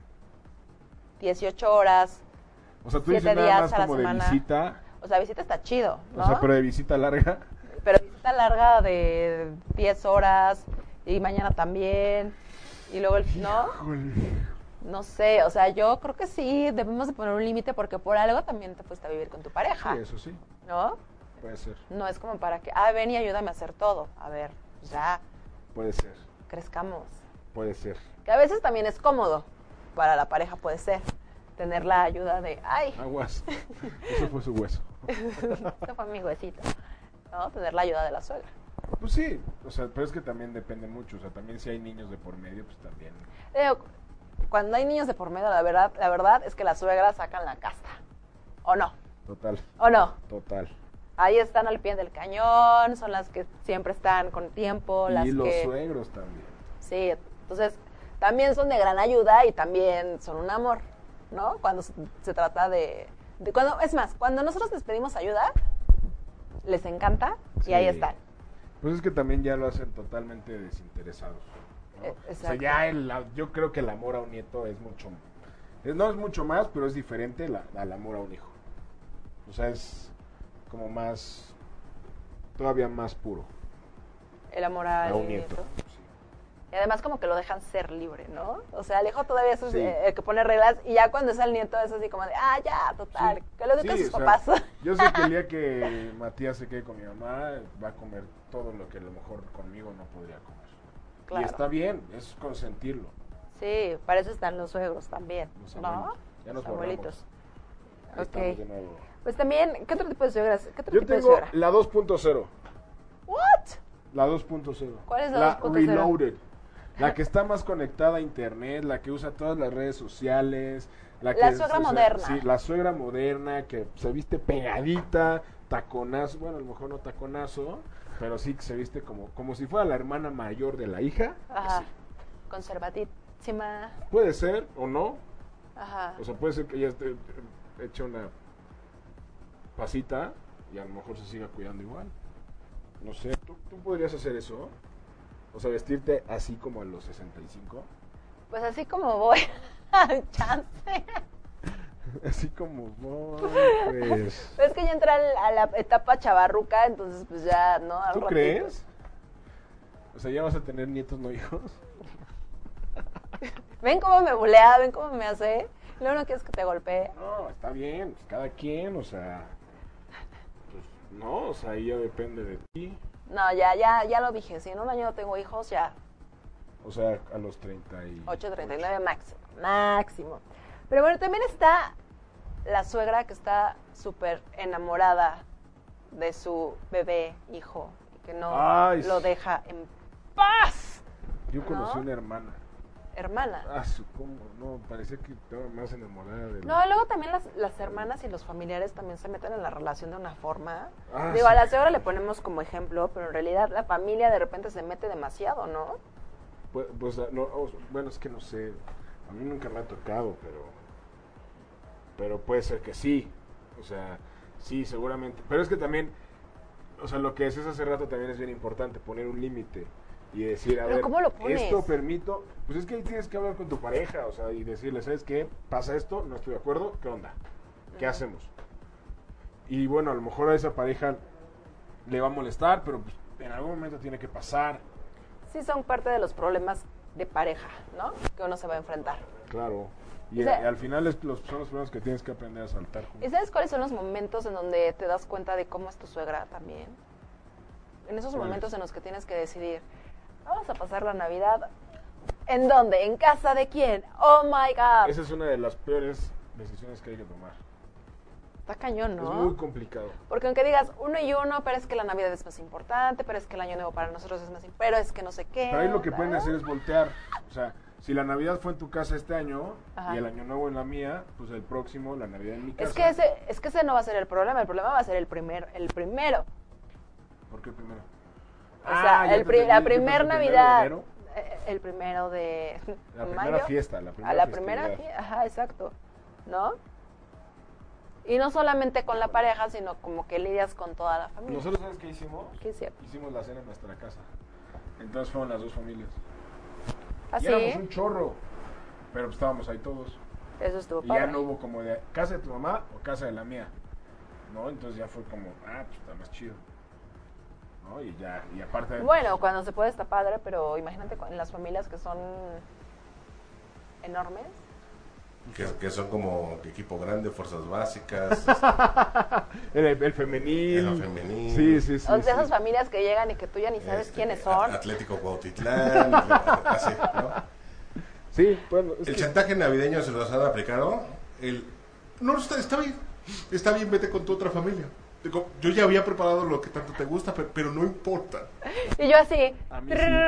18 horas,
O sea, tú
7
dices nada
días
más
a la
como de
semana.
visita.
O sea, visita está chido, ¿no?
O sea, pero de visita larga.
Pero visita larga de 10 horas y mañana también. Y luego, ¿no?
Híjole.
No sé, o sea, yo creo que sí, debemos de poner un límite porque por algo también te fuiste a vivir con tu pareja,
Sí, eso sí,
¿no?
puede ser.
No es como para que, ven y ayúdame a hacer todo. A ver, ya,
Puede ser,
crezcamos.
puede ser.
Que a veces también es cómodo, para la pareja puede ser, tener la ayuda de,
Aguas. Eso fue su hueso.
eso fue mi huesito, ¿no? Tener la ayuda de la suegra.
Pues sí, o sea, pero es que también depende mucho. O sea, también si hay niños de por medio, pues también.
Cuando hay niños de por medio, la verdad es que las suegras sacan la casta, ¿o no?
Total.
¿O no?
Total.
Ahí están al pie del cañón, son las que siempre están con tiempo.
Y los suegros también.
Sí, entonces también son de gran ayuda y también son un amor, ¿no? Cuando se trata cuando nosotros les pedimos ayuda, les encanta y
Sí.
ahí están.
Pues es que también ya lo hacen totalmente desinteresados, ¿no? O sea, ya yo creo que el amor a un nieto es mucho, no es mucho más, pero es diferente al amor a un hijo. O sea, es como más, todavía más puro.
El amor a
un nieto. Sí.
Y además como que lo dejan ser libre, ¿no? O sea, el hijo todavía es el que pone reglas y ya cuando es el nieto es así como de, ya, total,
sí.
que lo eduquen sus papás.
Yo sé que el día que Matías se quede con mi mamá va a comer todo lo que a lo mejor conmigo no podría comer. Claro. Y está bien, es consentirlo.
Sí, para eso están los suegros también, ¿no?
Ya nos
abuelitos.
Ok.
Pues también, ¿qué otro tipo de suegras? ¿Qué otro
Yo
tipo de
tengo
suegra?
la 2.0.
¿What?
La 2.0.
¿Cuál es la 2.0?
La Reloaded. La que está más conectada a internet, la que usa todas las redes sociales. La
suegra moderna.
Sí, la suegra moderna que se viste pegadita, taconazo, bueno, a lo mejor no taconazo, pero sí que se viste como si fuera la hermana mayor de la hija.
Ajá.
Así.
Conservatísima.
Puede ser o no.
Ajá.
O sea, puede ser que ella esté hecha una pasita y a lo mejor se siga cuidando igual. No sé, ¿tú podrías hacer eso? O sea, vestirte así como a los 65.
Pues así como voy, chance.
Así como voy, pues.
Pero es que ya entré a la etapa chavarruca, entonces pues ya, ¿no?
¿Tú crees? O sea, ¿ya vas a tener nietos, no hijos?
¿Ven cómo me bulea? ¿Ven cómo me hace? Luego no quieres que te golpee.
No, está bien, pues cada quien, o sea. Pues no, o sea, ahí ya depende de ti.
No, ya lo dije, si en un año no tengo hijos, ya.
O sea, a los 38.
39 máximo. Pero bueno, también está la suegra que está súper enamorada de su bebé, hijo, y que no lo deja en paz.
Yo conocí una hermana.
¿Hermana?
¿Cómo? No, parecía que estaba más enamorada de
No, luego también las hermanas y los familiares también se meten en la relación de una forma. Digo,
sí.
A la suegra le ponemos como ejemplo, pero en realidad la familia de repente se mete demasiado, ¿no?
Pues no, bueno, es que no sé. A mí nunca me ha tocado, pero puede ser que sí. O sea, sí, seguramente. Pero es que también, o sea, lo que decías hace rato también es bien importante, poner un límite. Y decir, a ver,
¿cómo lo pones?
Esto permito, pues es que ahí tienes que hablar con tu pareja, o sea, y decirle, ¿sabes qué? Pasa esto, no estoy de acuerdo, ¿qué onda? ¿Qué hacemos? Y bueno, a lo mejor a esa pareja le va a molestar, pero pues, en algún momento tiene que pasar.
Sí, son parte de los problemas de pareja, ¿no? Que uno se va a enfrentar.
Claro, y al final son los problemas que tienes que aprender a saltar.
¿Y sabes cuáles son los momentos en donde te das cuenta de cómo es tu suegra también? En esos momentos en los que tienes que decidir, vamos a pasar la Navidad, ¿en dónde? ¿En casa de quién? ¡Oh, my God!
Esa es una de las peores decisiones que hay que tomar.
Está cañón, ¿no?
Es muy complicado.
Porque aunque digas uno y uno, pero es que la Navidad es más importante, pero es que el Año Nuevo para nosotros es más importante, pero es que no sé qué.
Pero ahí lo que pueden hacer es voltear. O sea, si la Navidad fue en tu casa este año y el Año Nuevo en la mía, pues el próximo, la Navidad en mi casa.
Es que ese no va a ser el problema va a ser el primero.
¿Por qué el primero?
O sea, la primera Navidad, el primero de
la
mayo.
Primera fiesta, la primera
a la primera fiesta, ajá, exacto, ¿no? Y no solamente con la pareja, sino como que lidias con toda la familia.
¿Nosotros sabes qué hicimos?
¿Qué hicieron?
Hicimos la cena en nuestra casa. Entonces fueron las dos familias.
¿Ah,
y
sí?
éramos un chorro, pero pues estábamos ahí todos.
Eso estuvo
y
padre.
ya no hubo como de casa de tu mamá o casa de la mía, ¿no? Entonces ya fue como, pues está más chido, ¿no? Y ya, y aparte...
Bueno, cuando se puede está padre, pero imagínate en las familias que son enormes.
Que son como equipo grande, fuerzas básicas.
el femenil.
El femenil.
Sí.
O sea, esas familias que llegan y que tú ya ni sabes quiénes son.
Atlético Cuautitlán, así, ¿no?
Sí, bueno.
El chantaje navideño se los han aplicado. No, está bien, vete con tu otra familia. Yo ya había preparado lo que tanto te gusta, pero no importa.
Y yo así.
A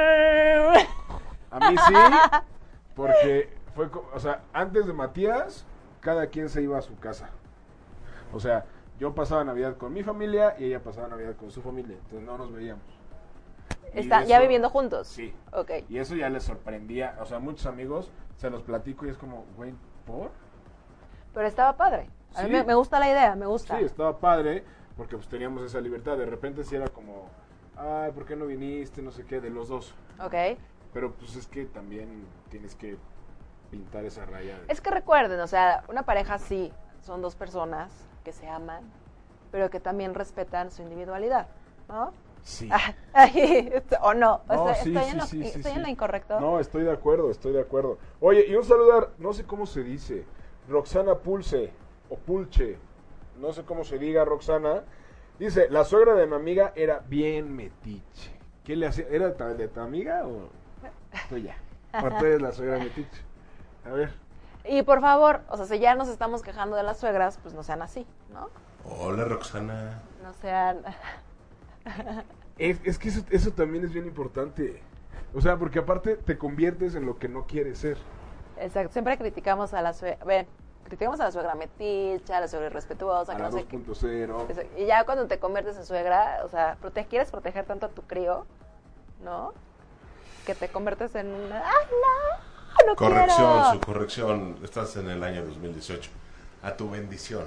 mí sí, porque fue, o sea, antes de Matías, cada quien se iba a su casa. O sea, yo pasaba Navidad con mi familia y ella pasaba Navidad con su familia. Entonces no nos veíamos.
¿Ya viviendo juntos?
Sí.
Ok.
Y eso ya les sorprendía. O sea, muchos amigos se los platico y es como, güey, ¿por?
Pero estaba padre. A mí me gusta la idea, me gusta.
Sí, estaba padre porque pues teníamos esa libertad. De repente sí era como, ay, ¿por qué no viniste? No sé qué, de los dos.
Ok.
Pero pues es que también tienes que pintar esa raya.
Es que recuerden, o sea, una pareja sí, son dos personas que se aman, pero que también respetan su individualidad, ¿no?
Sí.
¿O no?
No,
¿Estoy
sí,
en lo incorrecto?
No, estoy de acuerdo. Oye, y un saludar, no sé cómo se dice, Roxana Pulce, o Pulche, no sé cómo se diga, Roxana. Dice, la suegra de mi amiga era bien metiche. ¿Qué le hacía? ¿Era de tu amiga o tuya? ¿O tú eres la suegra metiche? A ver.
Y por favor, o sea, si ya nos estamos quejando de las suegras, pues no sean así, ¿no?
Hola, Roxana.
No sean...
Es que eso también es bien importante. O sea, porque aparte te conviertes en lo que no quieres ser.
Exacto, siempre criticamos a la suegra... Criticamos a la suegra meticha, a la suegra irrespetuosa,
A
que
la
no sé qué.
2.0.
Y ya cuando te conviertes en suegra, o sea, quieres proteger tanto a tu crío, ¿no? Que te conviertes en una... ¡Ah, no
Corrección,
quiero!
su corrección. Estás en el año 2018. A tu bendición.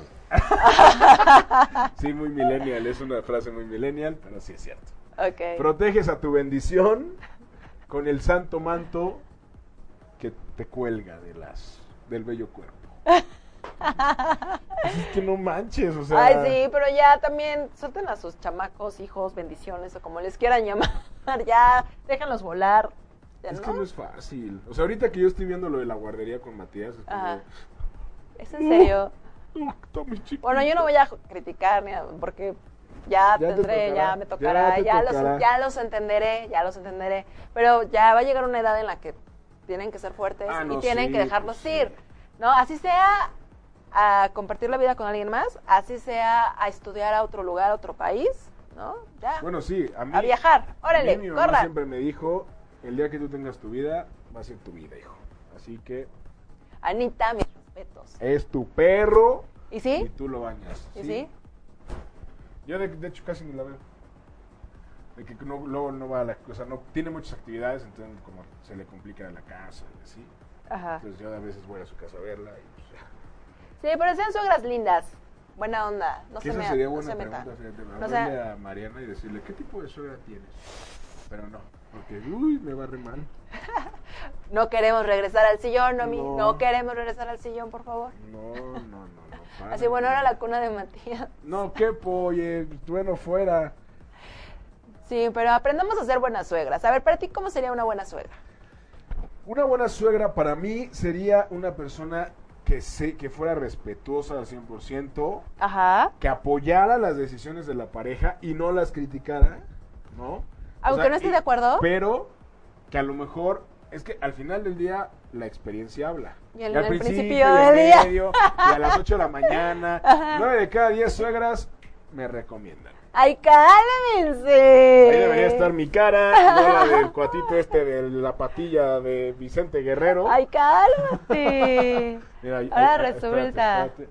Sí, muy millennial, es una frase muy millennial, pero sí es cierto.
Ok.
Proteges a tu bendición con el santo manto que te cuelga del bello cuerpo. Es que no manches, o sea...
Ay, sí, pero ya también suelten a sus chamacos, hijos, bendiciones, o como les quieran llamar. Ya, déjenlos volar. Ya,
Es que no es fácil. O sea, ahorita que yo estoy viendo lo de la guardería con Matías, es como...
Ajá. ¿Es en serio?
Está muy chiquito.
Bueno, yo no voy a criticar, mira, porque ya
Ya te
tendré,
tocará,
ya me tocará,
ya te tocará.
ya los entenderé. Pero ya va a llegar una edad en la que tienen que ser fuertes
Ah, no,
y tienen
sí,
que dejarlos
pues,
ir, ¿no? Así sea a compartir la vida con alguien más, así sea a estudiar a otro lugar, a otro país, ¿no? Ya.
Bueno, sí, a mí...
A viajar, órale,
a mí mi mamá
corra.
siempre me dijo, el día que tú tengas tu vida, va a ser tu vida, hijo. Así que
Anita, mis respetos.
es tu perro
¿Y
y
sí?
tú lo bañas.
¿Y sí?
Yo de hecho casi ni la veo. De que no, luego no va a la... O sea, no tiene muchas actividades, entonces como se le complica la casa y así.
Ajá.
Entonces yo a veces voy a su casa a verla y pues ya.
Sí, pero sean suegras lindas. Buena onda. No
Que
se
esa
me
sería
no
buena
se metan.
pregunta, fíjate.
No
Hablarle
sea-
a Mariana y decirle, ¿qué tipo de suegra tienes? Pero no, porque, uy, me va re mal.
No queremos regresar al sillón, Nomi.
No.
No queremos regresar al sillón, por favor.
No. para.
Así, bueno, era la cuna de Matías.
No, qué polle, bueno, fuera.
Sí, pero aprendamos a ser buenas suegras. A ver, para ti, ¿cómo sería una buena suegra?
Una buena suegra para mí sería una persona que fuera respetuosa al 100%,
Ajá.
que apoyara las decisiones de la pareja y no las criticara, ¿no?
Aunque no estés de acuerdo.
Pero que a lo mejor, es que al final del día la experiencia habla.
Y al
al
principio
y al
del día.
medio, y a las 8 de la mañana,
Ajá.
9 de cada 10 suegras me recomiendan.
¡Ay, cálmense!
Ahí debería estar mi cara, no la del cuatito este de la patilla de Vicente Guerrero.
¡Ay, cálmate!
Mira,
Ahora
espérate,
resulta.
espérate.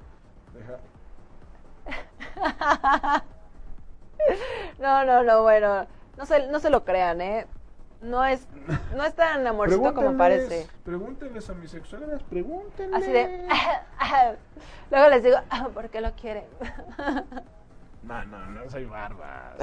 No, bueno. No se lo crean, ¿eh? No es tan amorcito como parece.
Pregúntenles a mis exsuegras, pregúntenles.
Así de... Luego les digo, ¿por qué lo quieren?
No soy barba.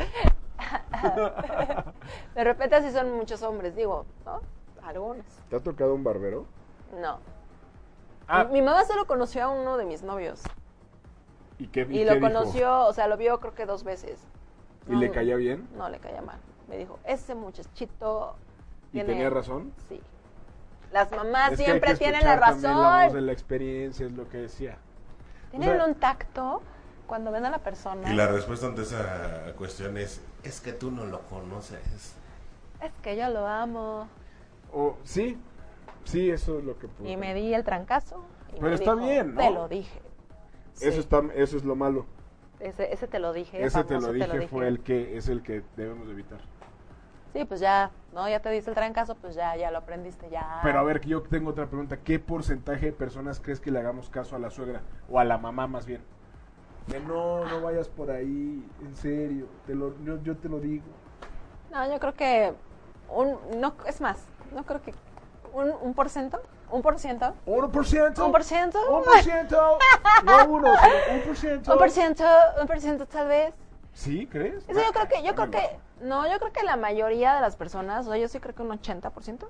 De repente así son muchos hombres, digo, ¿no? Algunos.
¿Te ha tocado un barbero?
No.
Ah.
Mi mamá solo conoció a uno de mis novios.
¿Y qué
Y
qué
lo
dijo?
conoció, o sea, lo vio creo que 2 veces.
¿Y le caía bien?
No, le caía mal. Me dijo, ese muchachito...
¿Y tenía razón?
Sí. Las mamás
Es que hay
siempre
que
tienen la
escuchar también la voz de
razón.
la experiencia, es lo que decía.
Tienen
O sea,
un tacto cuando ven a la persona.
Y la respuesta ante esa cuestión es que tú no lo conoces.
Es que yo lo amo.
Sí, eso es lo que...
Y me di el trancazo. Y
Pero
me
está
dijo,
bien, ¿no?
Te lo dije. Sí.
Eso es lo malo.
Ese te lo dije.
Ese te
famoso
lo dije fue el que debemos evitar.
Sí, pues ya, ¿no? Ya te diste el trancazo, pues ya lo aprendiste, ya.
Pero a ver, que yo tengo otra pregunta. ¿Qué porcentaje de personas crees que le hagamos caso a la suegra? O a la mamá más bien. De no vayas por ahí, en serio. Yo te lo digo.
No, yo creo que no creo que un por ciento. ¿1%?
1%.
¿1%?
1%. No uno, sino 1%.
Un por ciento tal vez.
¿Sí? ¿Crees?
Eso yo creo que la mayoría de las personas, o sea, yo sí creo que un 80%.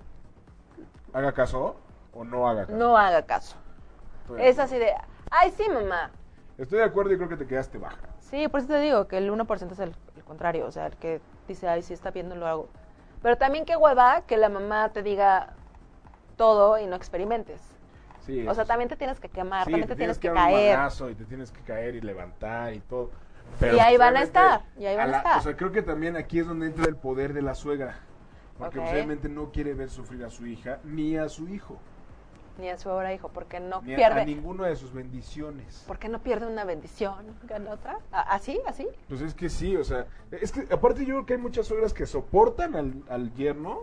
¿Haga caso o no haga caso?
No haga caso. Es así de, ay, sí, mamá.
Estoy de acuerdo y creo que te quedaste baja.
Sí, por eso te digo que el 1% es el contrario, o sea, el que dice, ay, sí está viendo, lo hago. Pero también qué hueva que la mamá te diga todo y no experimentes.
Sí,
o sea, también te tienes que quemar,
sí,
también te tienes que
dar un
caer.
manazo y te tienes que caer y levantar y todo.
Y ahí van a estar, y ahí van a estar.
O sea, creo que también aquí es donde entra el poder de la suegra. Porque obviamente no quiere ver sufrir a su hija ni a su hijo.
Ni a su ahora hijo, porque no
ni
pierde.
A ninguna de sus bendiciones.
¿Por qué no pierde una bendición? ¿Gana otra? ¿Así? ¿Así?
Pues es que sí, o sea, es que aparte yo creo que hay muchas suegras que soportan al yerno.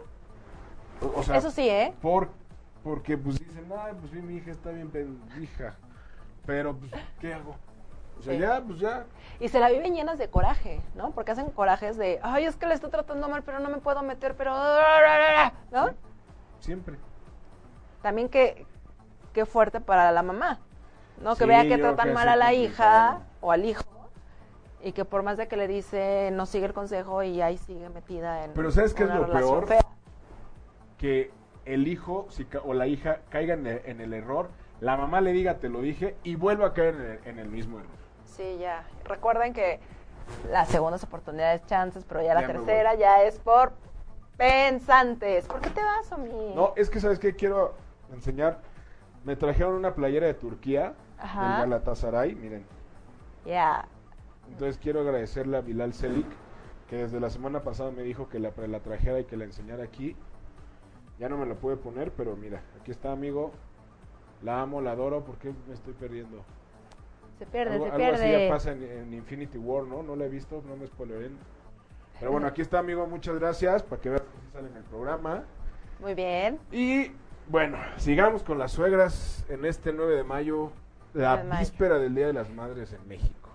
O sea,
eso sí, ¿eh?
Porque pues dicen, ay, pues sí, mi hija está bien pendija. Pero pues, ¿qué hago? O sea,
sí.
ya, pues ya.
Y se la viven llenas de coraje, ¿no? Porque hacen corajes de, ay, es que le estoy tratando mal, pero no me puedo meter, pero... ¿no?
Sí, siempre.
También qué fuerte para la mamá, ¿no? Que
Sí,
vea que
yo
tratan
creo que
mal
es
a la
complicado.
hija o al hijo, y que por más de que le dice, no sigue el consejo y ahí sigue metida en
Pero ¿sabes qué es
una
lo
relación
peor?
fea.
Que el hijo o la hija caiga en el error, la mamá le diga, te lo dije, y vuelva a caer en el mismo error.
Sí, ya. Recuerden que las segundas oportunidades, chances, pero ya la
Ya me
tercera
voy.
ya es por pensantes. ¿Por qué te vas, Omi?
No, es que ¿sabes qué? Quiero enseñar. Me trajeron una playera de Turquía,
Ajá.
del Galatasaray, miren.
Ya.
Entonces quiero agradecerle a Bilal Selik, que desde la semana pasada me dijo que la trajera y que la enseñara aquí. Ya no me la pude poner, pero mira, aquí está, amigo. La amo, la adoro, ¿por qué me estoy perdiendo?
Se pierde,
Algo así ya pasa en Infinity War, ¿no? No la he visto, no me spoileren. Pero bueno, aquí está, amigo, muchas gracias, para que vean que sí sale en el programa.
Muy bien.
Y bueno, sigamos con las suegras en este 9 de mayo, la
9 de mayo.
víspera del Día de las Madres en México.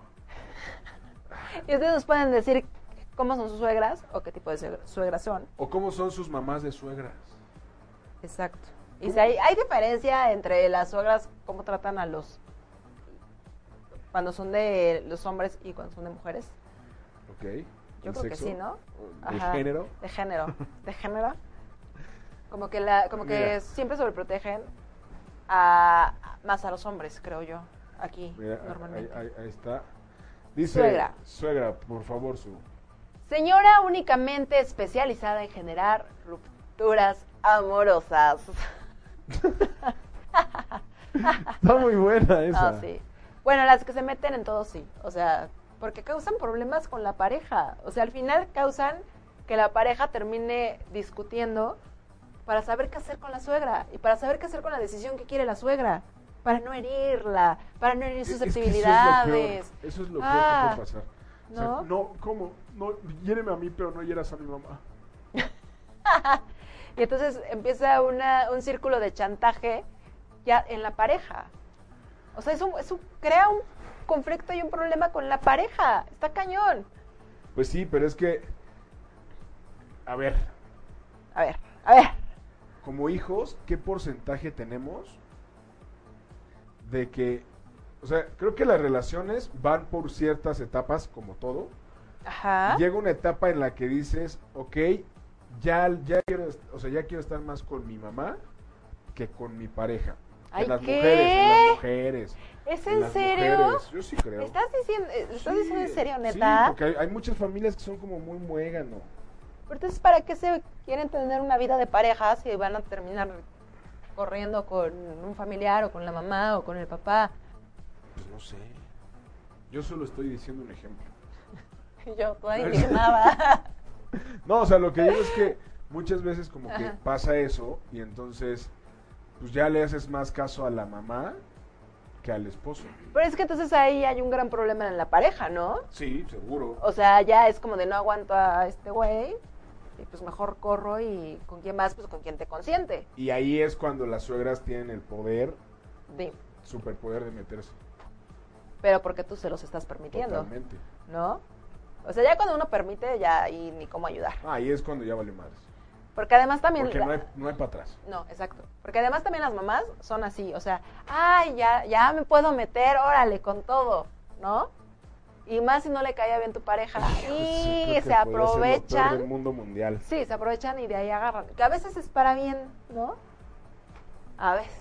¿Y ustedes nos pueden decir cómo son sus suegras o qué tipo de suegras son?
¿O cómo son sus mamás de suegras?
Exacto. Y si hay diferencia entre las suegras, cómo tratan a los... cuando son de los hombres y cuando son de mujeres.
Ok.
Yo creo que sí, ¿no?
¿De
Ajá.
género?
De género. ¿De género? Como que
Mira.
siempre sobreprotegen más a los hombres, creo yo, aquí,
Mira,
normalmente.
ahí está. Dice,
Suegra.
suegra, por favor, su...
Señora únicamente especializada en generar rupturas amorosas.
Está muy buena esa.
Ah, sí. Bueno, las que se meten en todo, sí. O sea, porque causan problemas con la pareja. O sea, al final causan que la pareja termine discutiendo para saber qué hacer con la suegra y para saber qué hacer con la decisión que quiere la suegra. Para no herirla, para no herir susceptibilidades.
Eso es lo peor que puede pasar. O sea,
¿No?
no, ¿cómo? No, hiéreme a mí, pero no hieras a mi mamá.
Y entonces empieza un círculo de chantaje ya en la pareja. O sea, eso crea un conflicto y un problema con la pareja. Está cañón.
Pues sí, pero es que... A ver,
A ver.
como hijos, ¿qué porcentaje tenemos de que... O sea, creo que las relaciones van por ciertas etapas, como todo.
Ajá.
Llega una etapa en la que dices, ok, ya quiero estar más con mi mamá que con mi pareja.
Ay,
en las
¿qué?
mujeres.
¿Es
en
en
las
serio?
mujeres. Yo sí creo.
¿Estás diciendo en serio,
Sí,
neta?
porque hay muchas familias que son como muy muégano.
Pero entonces, ¿para qué se quieren tener una vida de pareja si van a terminar corriendo con un familiar o con la mamá o con el papá?
Pues no sé. Yo solo estoy diciendo un ejemplo.
Yo toda indignada.
No, o sea, lo que digo es que muchas veces como que
Ajá.
pasa eso y entonces pues ya le haces más caso a la mamá que al esposo.
Pero es que entonces ahí hay un gran problema en la pareja, ¿no?
Sí, seguro.
O sea, ya es como de no aguanto a este güey y pues mejor corro y ¿con quién vas? Pues con quien te consiente.
Y ahí es cuando las suegras tienen el poder,
Dime.
superpoder de meterse.
Pero porque tú se los estás permitiendo,
Totalmente.
¿no? O sea, ya cuando uno permite, ya y ni cómo ayudar.
Ahí es cuando ya vale madres.
Porque además también...
Porque no hay para atrás.
No, exacto. Porque además también las mamás son así, o sea, ay, ya me puedo meter, órale, con todo, ¿no? Y más si no le caía bien tu pareja.
Sí, creo
Y
que
se
podría ser lo peor
aprovechan.
del mundo mundial.
Sí, se aprovechan y de ahí agarran. Que a veces es para bien, ¿no? A veces.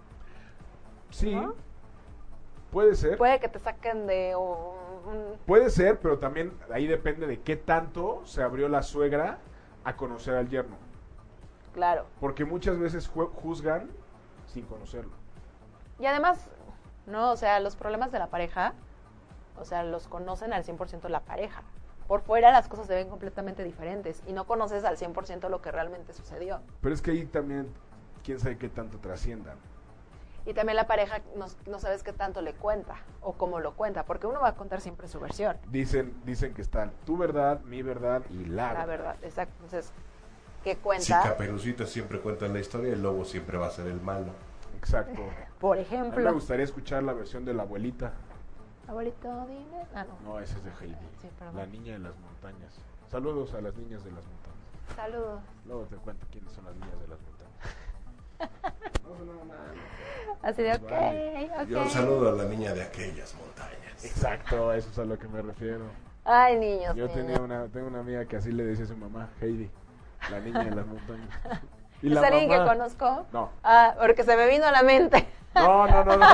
Sí,
¿No?
puede ser.
Puede que te saquen de
Puede ser, pero también ahí depende de qué tanto se abrió la suegra a conocer al yerno.
Claro.
Porque muchas veces juzgan sin conocerlo.
Y además, no, o sea, los problemas de la pareja, o sea, los conocen al 100% la pareja. Por fuera las cosas se ven completamente diferentes y no conoces al 100% lo que realmente sucedió.
Pero es que ahí también, quién sabe qué tanto trasciendan.
Y también la pareja no sabes qué tanto le cuenta o cómo lo cuenta, porque uno va a contar siempre su versión.
Dicen que están tu verdad, mi verdad y
La verdad, exacto. Entonces, ¿qué cuenta?
Si Caperucita siempre cuenta la historia, el lobo siempre va a ser el malo.
Exacto.
Por
A mí
ejemplo.
me gustaría escuchar la versión de la abuelita.
Abuelito, dime. Ah, no.
No, ese es de Heidi.
Sí, perdón.
La niña de las montañas. Saludos a las niñas de las montañas.
Saludos.
Luego te cuento quiénes son las niñas de las montañas. No, nada.
Así de,
Vale.
ok.
Yo saludo a la niña de aquellas montañas.
Exacto, eso es a lo que me refiero.
Ay, niños.
Yo
niños.
tengo una amiga que así le decía a su mamá, Heidi, la niña de las montañas.
¿Es alguien que conozco?
No.
Ah, porque se me vino a la mente.
No,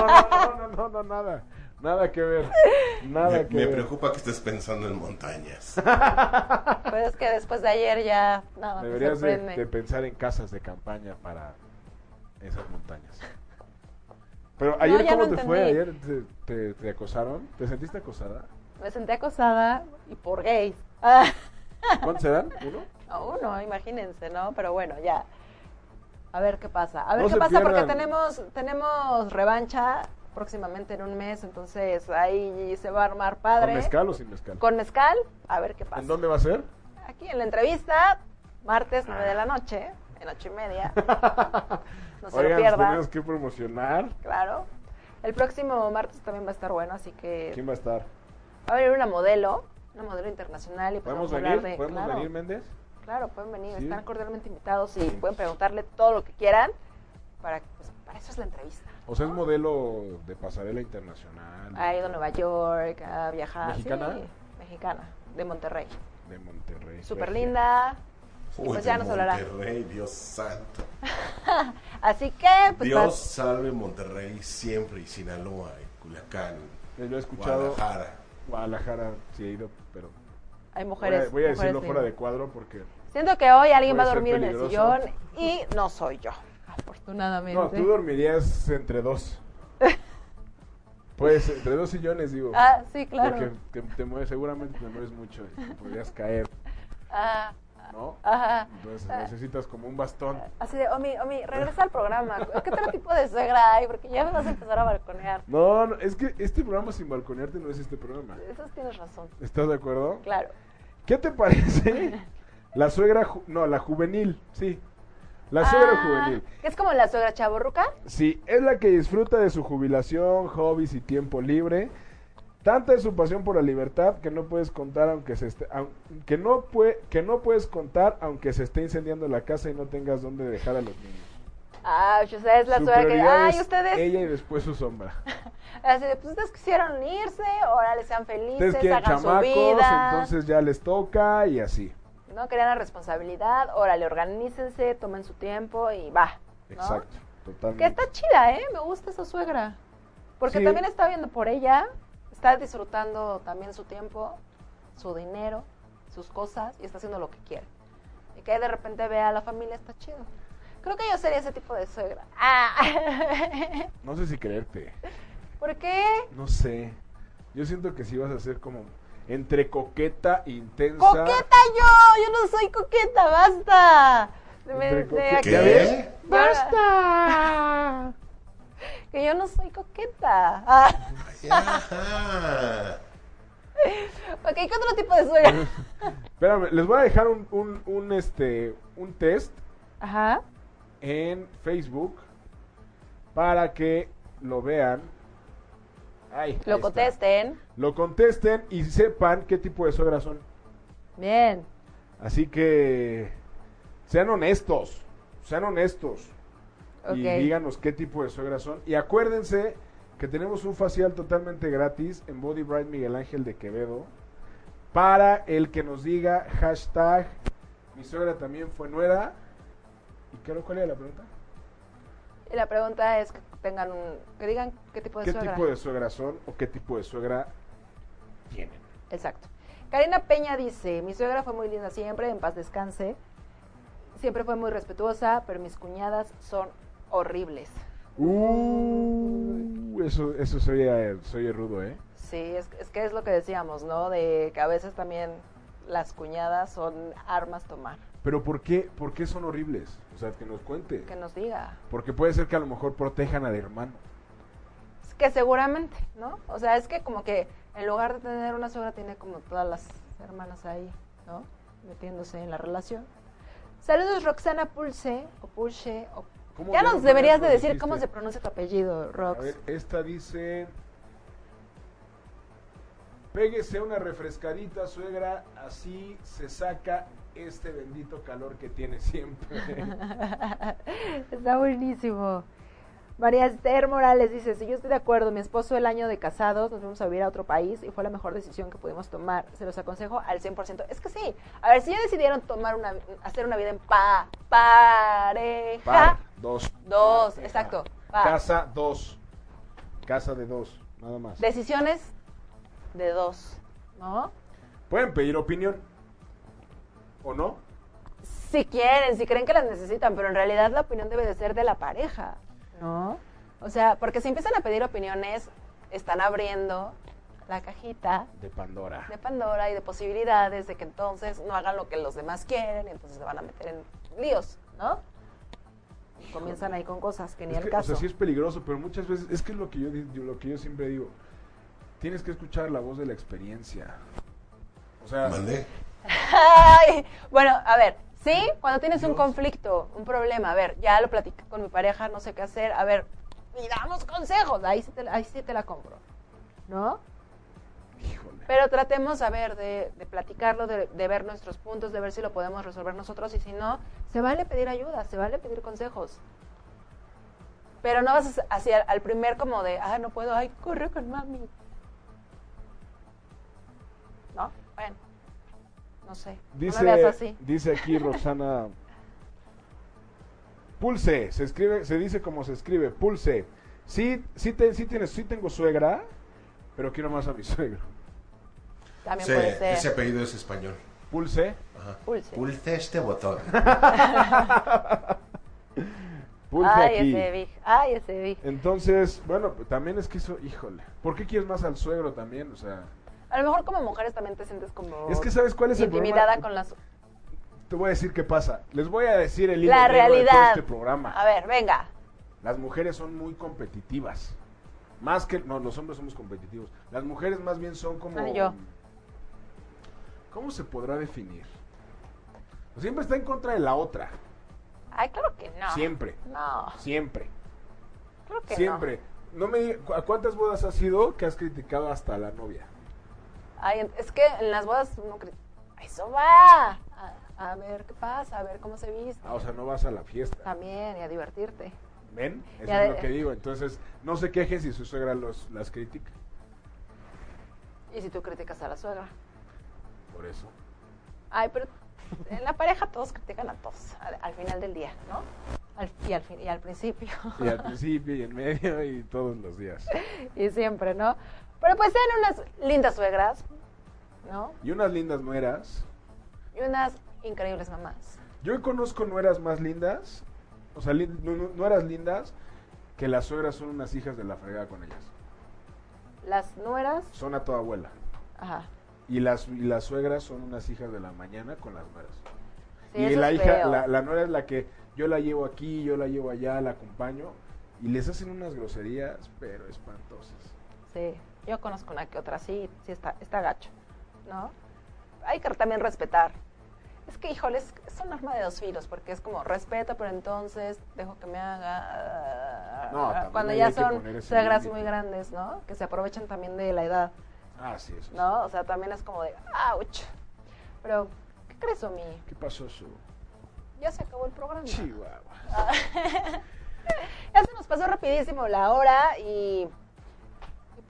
nada. Nada que ver. Nada que
Me
ver.
preocupa que estés pensando en montañas.
Pues es que después de ayer ya nada me
Deberías
sorprende.
de pensar en casas de campaña para esas montañas. Pero ayer,
ya
¿cómo
no
te fue?
entendí.
¿Ayer te acosaron? ¿Te sentiste acosada?
Me sentí acosada y por gays. Ah,
¿Cuántos eran? ¿Uno?
uno, imagínense, ¿no? Pero bueno, ya. A ver qué pasa. A ver
No
qué
se
pasa porque
pierdan.
tenemos revancha próximamente en un mes, entonces ahí se va a armar padre.
¿Con mezcal o sin mezcal?
Con mezcal, a ver qué pasa.
¿En dónde va a ser?
Aquí en la entrevista, martes 9 de la noche, en 8:30. No se lo
Oigan,
pierdan.
tenemos que promocionar.
Claro. El próximo martes también va a estar bueno, así que
¿Quién va a estar?
va a venir una modelo internacional y
¿Podemos
hablar
venir? ¿Podemos
claro,
venir, Méndez?
Claro, pueden venir,
Sí.
están cordialmente invitados y pueden preguntarle todo lo que quieran para eso es la entrevista.
O sea, es modelo de pasarela internacional.
Ha ido a Nueva York, ha viajado.
¿Mexicana?
Sí, mexicana, de Monterrey.
De Monterrey.
Súper
Regia.
linda. Y
Uy,
pues ya
de
nos hablará.
Monterrey, Dios santo.
Así que, pues
Dios salve Monterrey siempre y Sinaloa y Culiacán.
Lo he escuchado.
Guadalajara.
Guadalajara sí he ido, pero
hay mujeres.
voy a
mujeres
decirlo fuera de
lindas.
cuadro porque...
Siento que hoy alguien va a
puede ser
dormir en el
peligroso.
sillón y no soy yo, afortunadamente.
No, tú dormirías entre dos. Pues entre dos sillones, digo.
Ah, sí, claro.
Porque te mueves, seguramente te mueves mucho y te podrías caer,
Ah,
¿no?
ajá.
Entonces necesitas como un bastón.
Así de, Omi, regresa al programa. ¿Qué otro tipo de suegra hay? Porque ya me vas a empezar a balconear.
No, es que este programa sin balconearte no es este programa.
Eso tienes razón.
¿Estás de acuerdo?
Claro.
¿Qué te parece? La suegra, la juvenil, sí. La suegra juvenil.
¿Que es como la suegra chavorruca?
Sí, es la que disfruta de su jubilación, hobbies y tiempo libre. Tanta es su pasión por la libertad que no puedes contar aunque se esté, que no puedes contar aunque se esté incendiando la casa y no tengas dónde dejar a los niños.
Ah, o sea, es la
Su
suegra que...
prioridad
Ay,
es
ustedes...
ella y después su sombra.
Así de, pues ustedes quisieron irse, órale, sean felices,
Ustedes quieren
hagan su
chamacos,
vida.
entonces ya les toca y así.
No querían la responsabilidad, órale, organícense, tomen su tiempo y va. ¿no?
Exacto,
Que
totalmente.
está chida, me gusta esa suegra. Porque
Sí.
también está viendo por ella, está disfrutando también su tiempo, su dinero, sus cosas y está haciendo lo que quiere. Y que de repente vea a la familia, está chido. Creo que yo sería ese tipo de suegra. Ah.
No sé si creerte.
¿Por qué?
No sé. Yo siento que sí vas a ser como entre coqueta, intensa.
¡Coqueta yo! ¡Yo no soy coqueta! ¡Basta!
Entre coqueta.
aquí-
¿Qué? ¿Ves?
¡Basta!
Que yo no soy coqueta. Ah.
Ajá.
Ok, ¿qué otro tipo de suegra?
Espérame, les voy a dejar un test
Ajá.
en Facebook para que lo vean. Ahí
Lo
está.
contesten.
Lo contesten y sepan qué tipo de suegras son.
Bien.
Así que sean honestos. Y
Ok.
díganos qué tipo de suegras son. Y acuérdense que tenemos un facial totalmente gratis en Body Bright Miguel Ángel de Quevedo para el que nos diga hashtag mi suegra también fue nuera. ¿Y cuál era la pregunta?
Y la pregunta es que que digan qué tipo de suegra.
¿Qué tipo de suegra son o qué tipo de suegra tienen?
Exacto. Karina Peña dice, mi suegra fue muy linda siempre, en paz descanse. Siempre fue muy respetuosa, pero mis cuñadas son horribles.
Eso se oye rudo, ¿eh?
Sí, es que es lo que decíamos, ¿no? De que a veces también las cuñadas son armas tomar.
Pero ¿por qué son horribles? O sea, que nos cuente.
Que nos diga.
Porque puede ser que a lo mejor protejan al hermano.
Es que seguramente, ¿no? O sea, es que como que en lugar de tener una suegra, tiene como todas las hermanas ahí, ¿no? Metiéndose en la relación. Saludos, Roxana Pulse, o Pulse, o... Ya nos deberías de decir cómo se pronuncia tu apellido, Rox.
A ver, esta dice... Péguese una refrescadita, suegra, así se saca este bendito calor que tiene siempre.
Está buenísimo. María Esther Morales dice, si yo estoy de acuerdo, mi esposo el año de casados nos fuimos a vivir a otro país y fue la mejor decisión que pudimos tomar. Se los aconsejo al 100%. Es que sí. A ver, si ya decidieron hacer una vida en pareja.
Par, dos.
Exacto.
Casa, dos. Casa de dos, nada más.
Decisiones de dos, ¿no?
Pueden pedir opinión, ¿o no?
Si quieren, si creen que las necesitan, pero en realidad la opinión debe de ser de la pareja, ¿no? O sea, porque si empiezan a pedir opiniones, están abriendo la cajita
de Pandora
y de posibilidades de que entonces no hagan lo que los demás quieren y entonces se van a meter en líos, ¿no? Y comienzan ahí con cosas que ni el caso.
O sea, sí es peligroso, pero muchas veces, es que es lo que yo siempre digo, tienes que escuchar la voz de la experiencia. O sea...
Mandé.
Ay, bueno, a ver, ¿sí? Cuando tienes un conflicto, un problema, a ver, ya lo platiqué con mi pareja, no sé qué hacer, a ver, y damos consejos, ahí sí te la compro, ¿no?
Híjole.
Pero tratemos, a ver, de platicarlo, de ver nuestros puntos, de ver si lo podemos resolver nosotros, y si no, se vale pedir ayuda, se vale pedir consejos. Pero no vas hacia al primer como de, no puedo, corre con mami. ¿No? Bueno, no sé. No me veas así.
Dice aquí Roxana. Pulse, se dice como se escribe, Pulse. Sí tengo suegra, pero quiero más a mi suegro.
También puede ser.
Ese apellido es español.
Pulse.
Ajá.
Pulse.
Pulse este botón.
Pulse aquí.
Ese big.
Entonces, bueno, también es que eso, híjole. ¿Por qué quieres más al suegro también? O sea...
A lo mejor como mujeres también te sientes como...
Es que ¿sabes cuál es el problema?
Intimidada con las...
Te voy a decir qué pasa. Les voy a decir el hilo
La
negro de todo
realidad.
este programa.
A ver, venga.
Las mujeres son muy competitivas. Más que... No, los hombres somos competitivos. Las mujeres más bien son como...
Yo.
¿Cómo se podrá definir? Siempre está en contra de la otra.
Ay, claro que no.
Siempre.
No.
Siempre.
Creo que
Siempre. No me digas, ¿a cuántas bodas has ido que has criticado hasta a la novia?
Ay, es que en las bodas uno eso va. A ver qué pasa, a ver cómo se viste.
O sea, no vas a la fiesta.
También, y a divertirte.
¿Ven? Eso es lo que digo. Entonces, no se quejen si su suegra las critica.
Y si tú criticas a la suegra.
Por eso.
Ay, pero en la pareja todos critican a todos, al final del día, ¿no? Y al principio.
Y al principio, y en medio, y todos los días.
Y siempre, ¿no? Pero pues sean unas lindas suegras, ¿no?
Y unas lindas nueras.
Y unas increíbles mamás.
Yo conozco nueras más lindas, o sea, nueras lindas, que las suegras son unas hijas de la fregada con ellas.
Las nueras.
Son a toda abuela.
Ajá.
Y las suegras son unas hijas de la mañana con las nueras.
Sí,
y
eso
la
es
hija,
feo.
la nuera es la que yo la llevo aquí, yo la llevo allá, la acompaño, y les hacen unas groserías, pero espantosas.
Sí, yo conozco una que otra, sí está gacho, ¿no? Hay que también respetar. Es que, híjole, es un arma de dos filos, porque es como respeto, pero entonces dejo que me haga...
No,
cuando ya son suegras muy grandes, ¿no? Que se aprovechan también de la edad.
Ah, sí, eso.
¿No? O sea, también es como de, ¡auch! Pero, ¿qué crees, Omi?
¿Qué pasó, Su?
Ya se acabó el programa.
Chihuahua.
Ya se nos pasó rapidísimo la hora y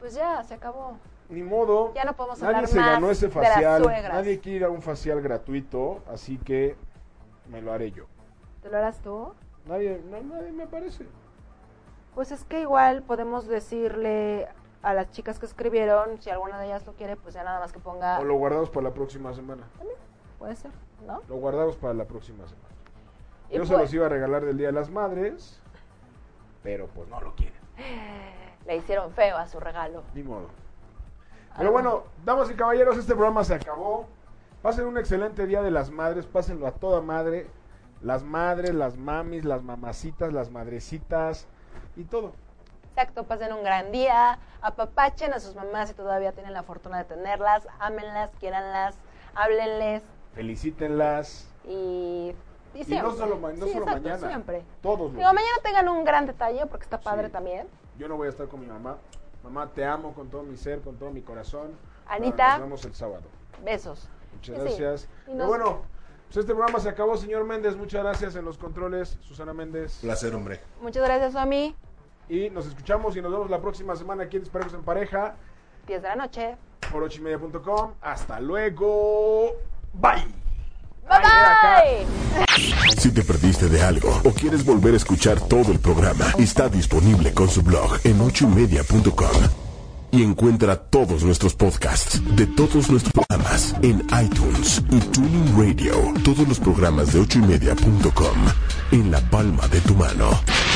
Pues ya, se acabó.
Ni modo.
Ya no podemos hablar
Nadie se
más
ganó ese
de las
facial.
suegras.
Nadie quiere ir a un facial gratuito, así que me lo haré yo.
¿Te lo harás tú?
Nadie me parece.
Pues es que igual podemos decirle a las chicas que escribieron, si alguna de ellas lo quiere, pues ya nada más que ponga...
O lo guardamos para la próxima semana.
También puede ser, ¿no?
Lo guardamos para la próxima semana.
Y
Yo se
pues-
los iba a regalar del Día de las Madres, pero pues no lo quieren.
Le hicieron feo a su regalo.
Ni modo. Pero bueno, damas y caballeros, este programa se acabó. Pasen un excelente Día de las Madres, pásenlo a toda madre. Las madres, las mamis, las mamacitas, las madrecitas y todo.
Exacto, pasen un gran día, apapachen a sus mamás si todavía tienen la fortuna de tenerlas, ámenlas, quiéranlas, háblenles
Felicítenlas.
y
Y no solo,
Sí, exacto,
mañana.
siempre.
Todos los
Digo,
días.
mañana tengan un gran detalle porque está padre
Sí.
también.
Yo no voy a estar con mi mamá. Mamá, te amo con todo mi ser, con todo mi corazón.
Anita.
Nos vemos el sábado.
Besos.
Muchas
Y sí,
gracias.
y
Pero
nos-
bueno, pues este programa se acabó, señor Méndez. Muchas gracias en los controles, Susana Méndez.
Placer, hombre.
Muchas gracias, Somi.
Y nos escuchamos y nos vemos la próxima semana aquí en Esperemos en Pareja
10 de la noche.
por 8ymedia.com. Hasta luego. Bye.
Bye
Ay,
bye.
Si te perdiste de algo o quieres volver a escuchar todo el programa, está disponible con su blog en 8ymedia.com. Y encuentra todos nuestros podcasts de todos nuestros programas en iTunes y Tuning Radio. Todos los programas de 8ymedia.com en la palma de tu mano.